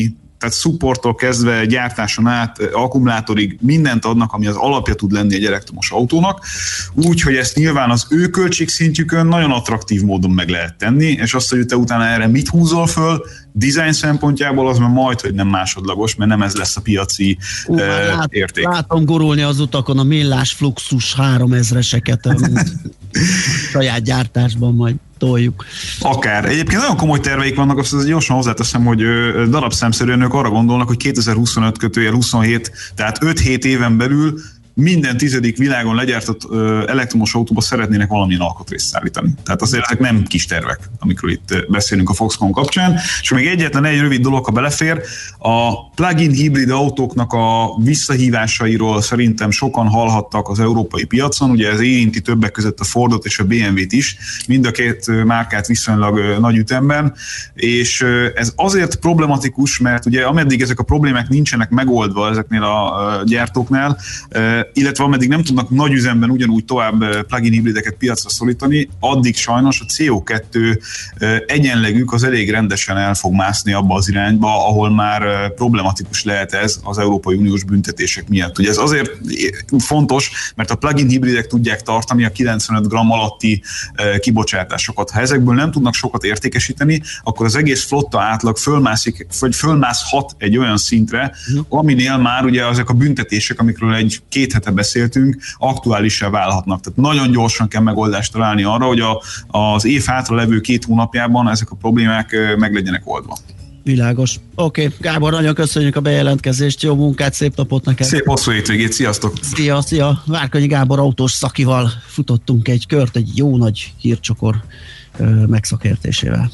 S14: tehát supporttól kezdve gyártáson át, akkumulátorig mindent adnak, ami az alapja tud lenni egy elektromos autónak, úgyhogy ezt nyilván az ő költségszintjükön nagyon attraktív módon meg lehet tenni, és azt, hogy te utána erre mit húzol föl, design szempontjából az már majd, hogy nem másodlagos, mert nem ez lesz a piaci érték.
S9: Látom gurulni az utakon a millás fluxus 3000-eseket saját gyártásban majd toljuk.
S14: Akár. Egyébként nagyon komoly terveik vannak, azt gyorsan hozzáteszem, hogy darabszámszerűen ők arra gondolnak, hogy 2025-27, tehát 5-7 éven belül minden 10. világon legyártott elektromos autóba szeretnének valamilyen alkatrészt szállítani. Tehát azért ezek nem kis tervek, amikről itt beszélünk a Foxconn kapcsán. És még egyetlen egy rövid dolog, ha belefér, a plug-in hibrid autóknak a visszahívásairól szerintem sokan hallhattak az európai piacon, ugye ez érinti többek között a Fordot és a BMW-t is, mind a két márkát viszonylag nagy ütemben, és ez azért problematikus, mert ugye ameddig ezek a problémák nincsenek megoldva ezeknél a gyártóknál, illetve ameddig nem tudnak nagy üzemben ugyanúgy tovább plug-in hibrideket piacra szorítani, addig sajnos a CO2 egyenlegük az elég rendesen el fog mászni abba az irányba, ahol már problematikus lehet ez az Európai Uniós büntetések miatt. Ugye ez azért fontos, mert a plug-in hibridek tudják tartani a 95 g alatti kibocsátásokat. Ha ezekből nem tudnak sokat értékesíteni, akkor az egész flotta átlag fölmászhat egy olyan szintre, aminél már ugye ezek a büntetések, amikről két hete beszéltünk, aktuálissá válhatnak. Tehát nagyon gyorsan kell megoldást találni arra, hogy az év hátra levő 2 hónapjában ezek a problémák meg legyenek oldva.
S9: Világos. Oké, Gábor, nagyon köszönjük a bejelentkezést, jó munkát, szép napot neked.
S14: Szép hosszú hétvégét, sziasztok!
S9: Szia! Várkonyi Gábor autós szakival futottunk egy kört, egy jó nagy hírcsokor megszakértésével.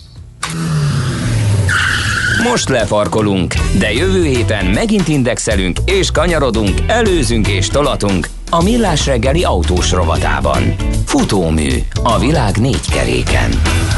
S2: Most lefarkolunk, de jövő héten megint indexelünk és kanyarodunk, előzünk és tolatunk a Millás reggeli autós rovatában. Futómű a világ 4 keréken.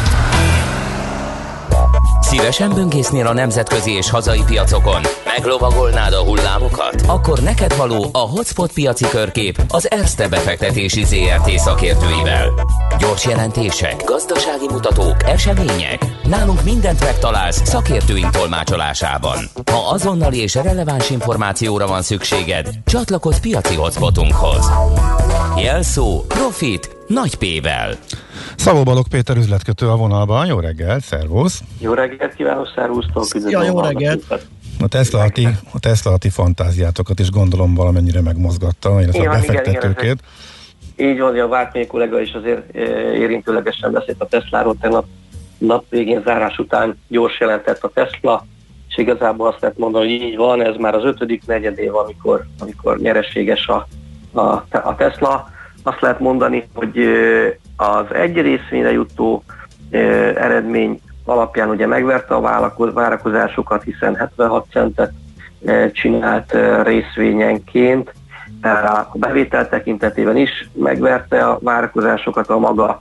S2: Szívesen böngésznél a nemzetközi és hazai piacokon? Meglovagolnád a hullámokat? Akkor neked való a Hotspot piaci körkép az Erste befektetési ZRT szakértőivel. Gyors jelentések, gazdasági mutatók, események. Nálunk mindent megtalálsz szakértőink tolmácsolásában. Ha azonnali és releváns információra van szükséged, csatlakozz piaci hotspotunkhoz. Jelszó Profit nagy P-vel.
S1: Szabó Balogh Péter üzletkötő a vonalban. Jó reggelt, szervusz!
S15: Jó reggelt kívánok, szervusztok!
S9: Ja, jó reggelt!
S1: A Tesla fantáziátokat is gondolom valamennyire megmozgatta, illetve a befektetőkét.
S15: Így van, a Várkonyi kollega is azért érintőlegesen beszélt a Tesláról, tegnap nap végén zárás után gyors jelentett a Tesla, és igazából azt lehet mondani, hogy így van, ez már az 5. negyedév, amikor nyereséges a Tesla. Azt lehet mondani, hogy az egy részvényre jutó eredmény alapján ugye megverte a várakozásokat, hiszen 76 centet csinált részvényenként. A bevétel tekintetében is megverte a várakozásokat a maga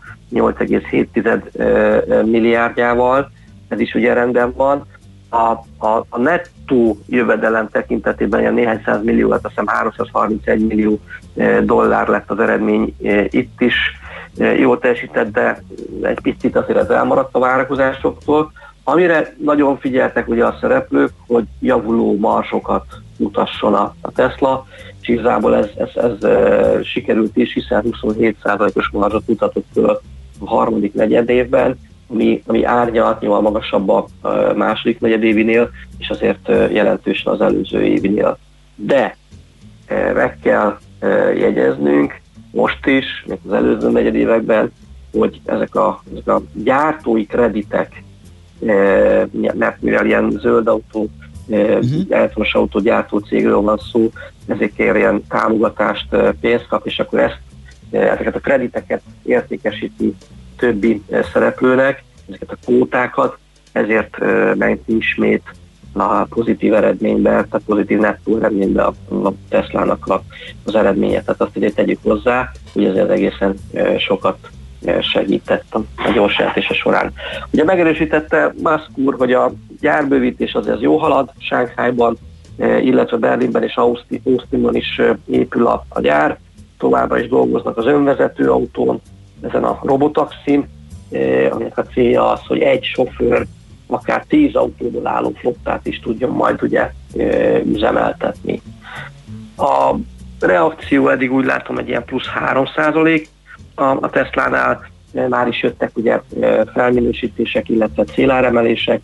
S15: 8,7 milliárdjával, ez is ugye rendben van. A nettó jövedelem tekintetében ilyen néhány százmillió, azt hiszem 331 millió dollár lett az eredmény itt is. Jól teljesített, de egy picit azért ez elmaradt a várakozásoktól. Amire nagyon figyeltek ugye a szereplők, hogy javuló marsokat mutasson a Tesla, és igazából ez sikerült is, hiszen 27%-os marzsot mutatott föl a harmadik negyedévben, ami árnyaltnyúl magasabb a második negyedévinél, és azért jelentősen az előző évinél. De meg kell jegyeznünk most is, még az előző negyedévekben, hogy ezek a gyártói kreditek, mert mivel ilyen zöld autó, elektromos autógyártó cégről van szó, ezekért ilyen támogatást, pénzt kap, és akkor ezeket a krediteket értékesíti többi szereplőnek, ezeket a kvótákat, ezért ment ismét a pozitív eredménybe, tehát pozitív nettó eredménybe a Teslának az eredménye. Tehát azt ide tegyük hozzá, hogy ez egészen sokat segített a gyors jelentése során. Ugye megerősítette Musk úr, hogy a gyárbővítés azért jó halad Sánkhájban, illetve Berlinben és Austinban is épül a gyár. Továbbra is dolgoznak az önvezető autón, ezen a robotaxin, aminek a célja az, hogy egy sofőr akár 10 autóból álló flottát is tudjon majd ugye üzemeltetni. A reakció eddig úgy látom egy ilyen plusz 3% a Teslánál, már is jöttek ugye felminősítések, illetve céláremelések,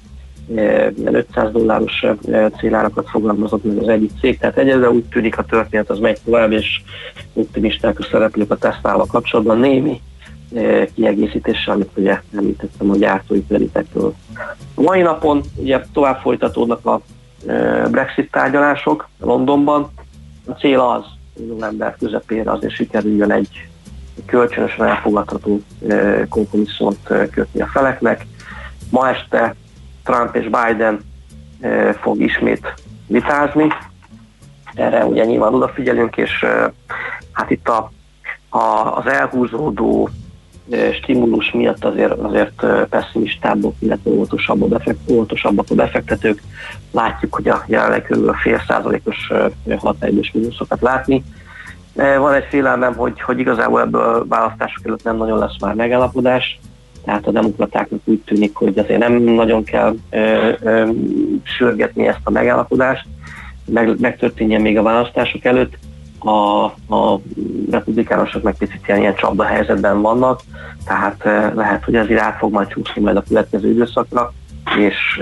S15: $500 célárakat fogalmazott meg az egyik cég, tehát egyelőre úgy tűnik a történet az megy tovább, és optimisták a szereplők a Teslával kapcsolatban némi kiegészítéssel, amit ugye említettem a gyártói kreditekről. A mai napon ugye tovább folytatódnak a Brexit tárgyalások Londonban. A cél az, hogy november közepére azért sikerüljön egy kölcsönösen elfogadható kompromisszumot kötni a feleknek. Ma este Trump és Biden fog ismét vitázni. Erre ugye nyilván odafigyelünk, és hát itt az elhúzódó stimulus miatt azért pessimistábbak, illetve óvatosabbak a befektetők. Látjuk, hogy a jelenleg körül a 0,5%-os határidős mínuszokat látni. Van egy félelmem, hogy igazából ebből a választások előtt nem nagyon lesz már megállapodás, tehát a demokratáknak úgy tűnik, hogy azért nem nagyon kell sürgetni ezt a megállapodást, megtörténjen még a választások előtt. A republikánusok meg picit ilyen csapda helyzetben vannak, tehát lehet, hogy ez át fog majd csúszni majd a következő időszakra, és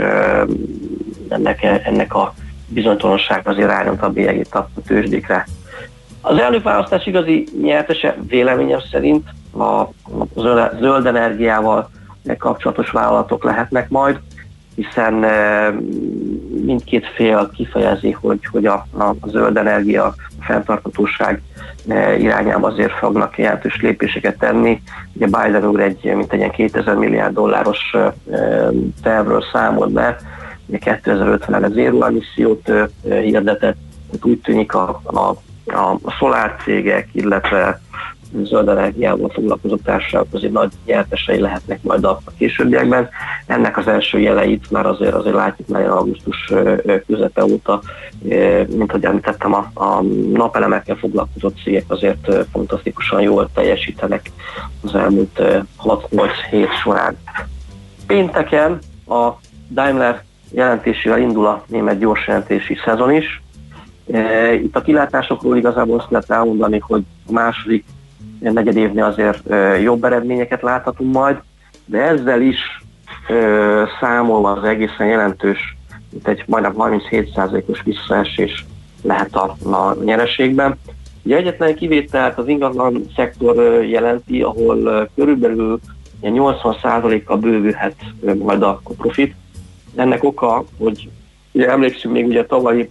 S15: ennek a bizonytalanság azért rányomta a bélyegét a tőzsdékre. Az elnökválasztás igazi nyertese véleményem szerint a zöld energiával kapcsolatos vállalatok lehetnek majd, hiszen mindkét fél kifejezi, hogy a zöld energia, a fenntarthatóság irányába azért fognak jelentős lépéseket tenni. Ugye Biden úr egy 2000 milliárd dolláros tervről számolt be, 2050-re zéró emissziót hirdetett, úgy tűnik a szolárcégek, látszólag zöld energiával foglalkozó társaságok azért nagy nyertesei lehetnek majd a későbbiekben. Ennek az első jeleit már azért látjuk már augusztus közepe óta, mint ahogy említettem, a napelemekkel foglalkozó cégek azért fantasztikusan jól teljesítenek az elmúlt 6-8 hét során. Pénteken a Daimler jelentésével indul a német gyorsjelentési szezon is. Itt a kilátásokról igazából azt lehet elmondani, hogy a második negyedévnél azért jobb eredményeket láthatunk majd, de ezzel is számolva az egészen jelentős, mint egy majdnem 37%-os visszaesés lehet a nyereségben. Ugye egyetlen kivételt az ingatlan szektor jelenti, ahol körülbelül 80%-kal bővülhet majd a profit. Ennek oka, hogy ugye emlékszünk még ugye a tavalyi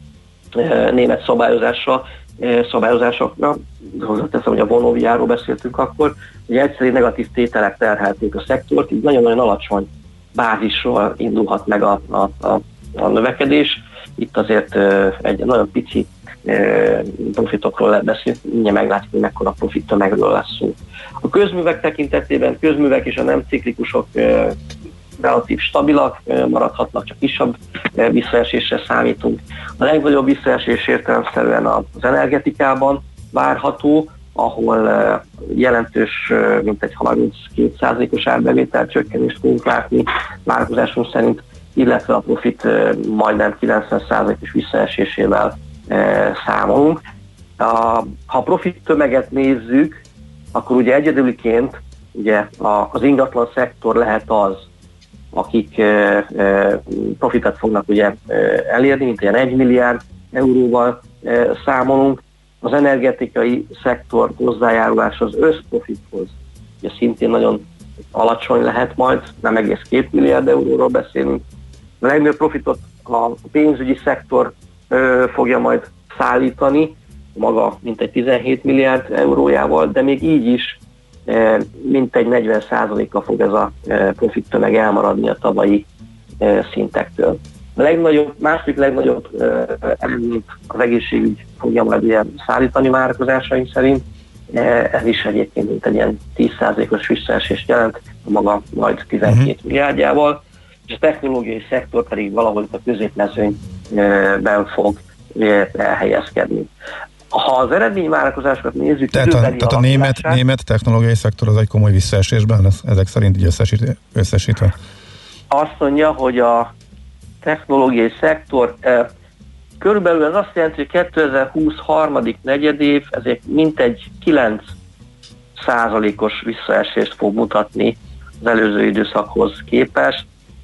S15: német szabályozásokra, hozzáteszem, hogy a Vonoviáról beszéltünk akkor, hogy egyszerű negatív tételek terhelték a szektort, így nagyon-nagyon alacsony bázisról indulhat meg a növekedés. Itt azért egy nagyon pici profitokról lehet beszélni, mindjárt meglátjuk, hogy mekkora profit tömegről lesz szó. A közművek tekintetében közművek és a nem ciklikusok relatív stabilak maradhatnak, csak kisebb visszaesésre számítunk. A legnagyobb visszaesés értelemszerűen az energetikában várható, ahol jelentős, mint egy 32%-os árbevétel csökkenést fogunk látni várakozásunk szerint, illetve a profit majdnem 90%-os visszaesésével számolunk. Ha a profit tömeget nézzük, akkor ugye egyedüliként ugye az ingatlan szektor lehet az, akik profitot fognak ugye elérni, mint ilyen 1 milliárd euróval számolunk. Az energetikai szektor hozzájárulása az összprofithoz ugye szintén nagyon alacsony lehet majd, nem egész 2 milliárd euróról beszélünk. A legnagyobb profitot a pénzügyi szektor fogja majd szállítani, maga mintegy 17 milliárd eurójával, de még így is mintegy 40%-kal fog ez a profit tömeg elmaradni a tavalyi szintektől. A második legnagyobb eredményt az egészségügy fogja majd ugye szállítani várakozásaink szerint. Ez is egyébként mint egy ilyen 10%-os visszaesést jelent, a maga majd 12 milliárdjával, és a technológiai szektor pedig valahol itt a középmezőnyben fog elhelyezkedni. Ha az eredményvárakozásokat nézzük...
S1: Tehát a német technológiai szektor az egy komoly visszaesésben, ezek szerint így összesítve?
S15: azt mondja, hogy a technológiai szektor körülbelül ez azt jelenti, hogy 2020 harmadik negyedév ezért mintegy 9%-os visszaesést fog mutatni az előző időszakhoz képest.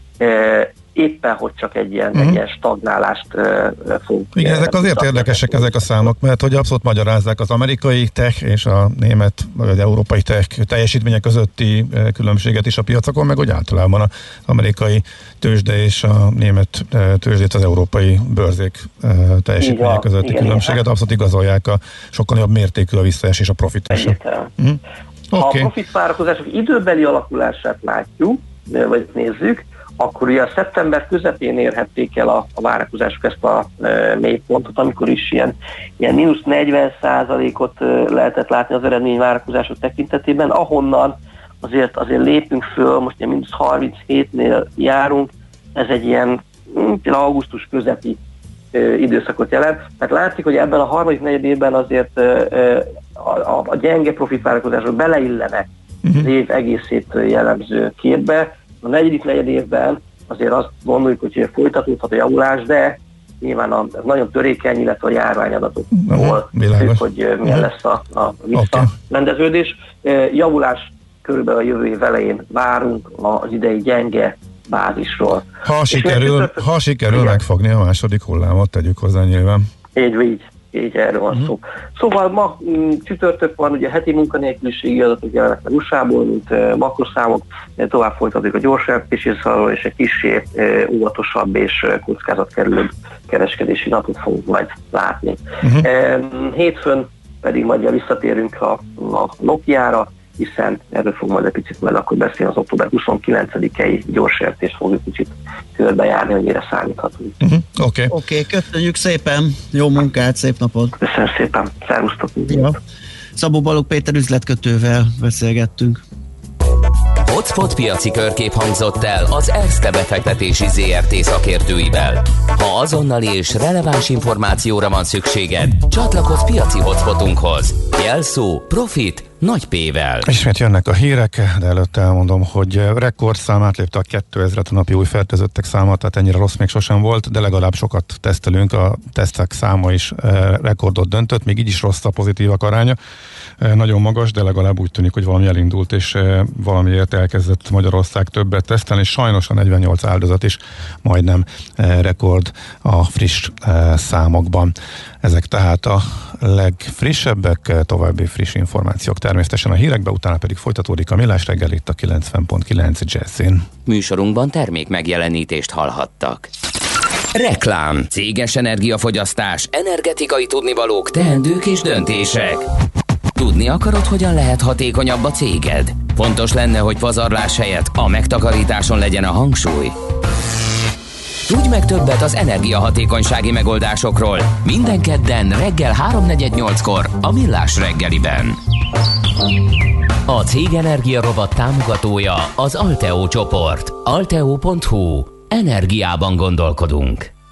S15: Éppen, hogy csak egy ilyen stagnálást fog.
S1: Igen, ezek azért érdekesek ezek a számok, mert hogy abszolút magyarázzák az amerikai tech és a német vagy az európai tech teljesítmények közötti különbséget is a piacokon, meg hogy általában az amerikai tőzsde és a német tőzsdét az európai bőrzék teljesítmények közötti különbséget abszolút igazolják a sokkal jobb mértékű a visszaesés a profitásra.
S15: Ha a profitvárakozások időbeli alakulását látjuk, vagy nézzük, akkor ugye a szeptember közepén érhették el a várakozások ezt a mélypontot, amikor is ilyen mínusz 40%-ot lehetett látni az eredményvárakozások tekintetében, ahonnan azért lépünk föl, most ilyen mínusz 37-nél járunk, ez egy ilyen augusztus közepi időszakot jelent. Tehát látszik, hogy ebben a harmadik negyedében azért a gyenge profitvárakozások beleillenek az év egészét jellemző képbe. A negyedik negyedévben azért azt gondoljuk, hogy folytatódhat a javulás, de nyilván ez nagyon törékeny, illetve a járványadatok,ból függ, hogy milyen lesz a visszarendeződés. Javulás körülbelül a jövő év elején várunk az idei gyenge bázisról.
S1: Ha sikerül megfogni a második hullámot, tegyük hozzá nyilván.
S15: Így erről van szó. Szóval ma csütörtök van, ugye heti munkanélküliségi adatok jelennek meg USA-ból, mint makroszámok, tovább folytatódik a gyors jelentésészalról, és egy kissé óvatosabb és kockázatkerülőbb kereskedési napot fogunk majd látni. Hétfőn pedig majd visszatérünk a Nokia-ra, hiszen erről fog majd egy picit majd akkor beszélni, az október 29-i gyorsértést fogjuk kicsit körbejárni, hogy mire számíthatunk.
S9: Oké, köszönjük szépen, jó munkát, szép napot!
S15: Köszönöm szépen, szervusztok!
S9: Szabó Balogh Péter üzletkötővel beszélgettünk.
S2: Hotspot piaci körkép hangzott el az Erste befektetési ZRT szakértőivel. Ha azonnali és releváns információra van szükséged, csatlakozz piaci hotspotunkhoz. Jelszó Profit nagy P-vel.
S1: Ismét jönnek a hírek, de előtte elmondom, hogy rekordszám átlépte a 2000-et a napi új fertőzöttek száma, tehát ennyire rossz még sosem volt, de legalább sokat tesztelünk, a tesztek száma is rekordot döntött, még így is rossz a pozitívak aránya. Nagyon magas, de legalább úgy tűnik, hogy valami elindult, és valamiért elkezdett Magyarország többet tesztelni, és sajnos a 48 áldozat is majdnem rekord a friss számokban. Ezek tehát a legfrissebbek, további friss információk természetesen a hírekbe, utána pedig folytatódik a Millás reggel itt a 90.9 Jazzin.
S2: Műsorunkban termék megjelenítést hallhattak. Reklám, céges energiafogyasztás, energetikai tudnivalók, teendők és döntések. Tudni akarod, hogyan lehet hatékonyabb a céged? Fontos lenne, hogy pazarlás helyett a megtakarításon legyen a hangsúly. Tudj meg többet az energiahatékonysági megoldásokról minden kedden reggel 3:48-kor a Millás reggeliben. A Cég Energia rovat támogatója az Alteo csoport. Alteo.hu. Energiában gondolkodunk.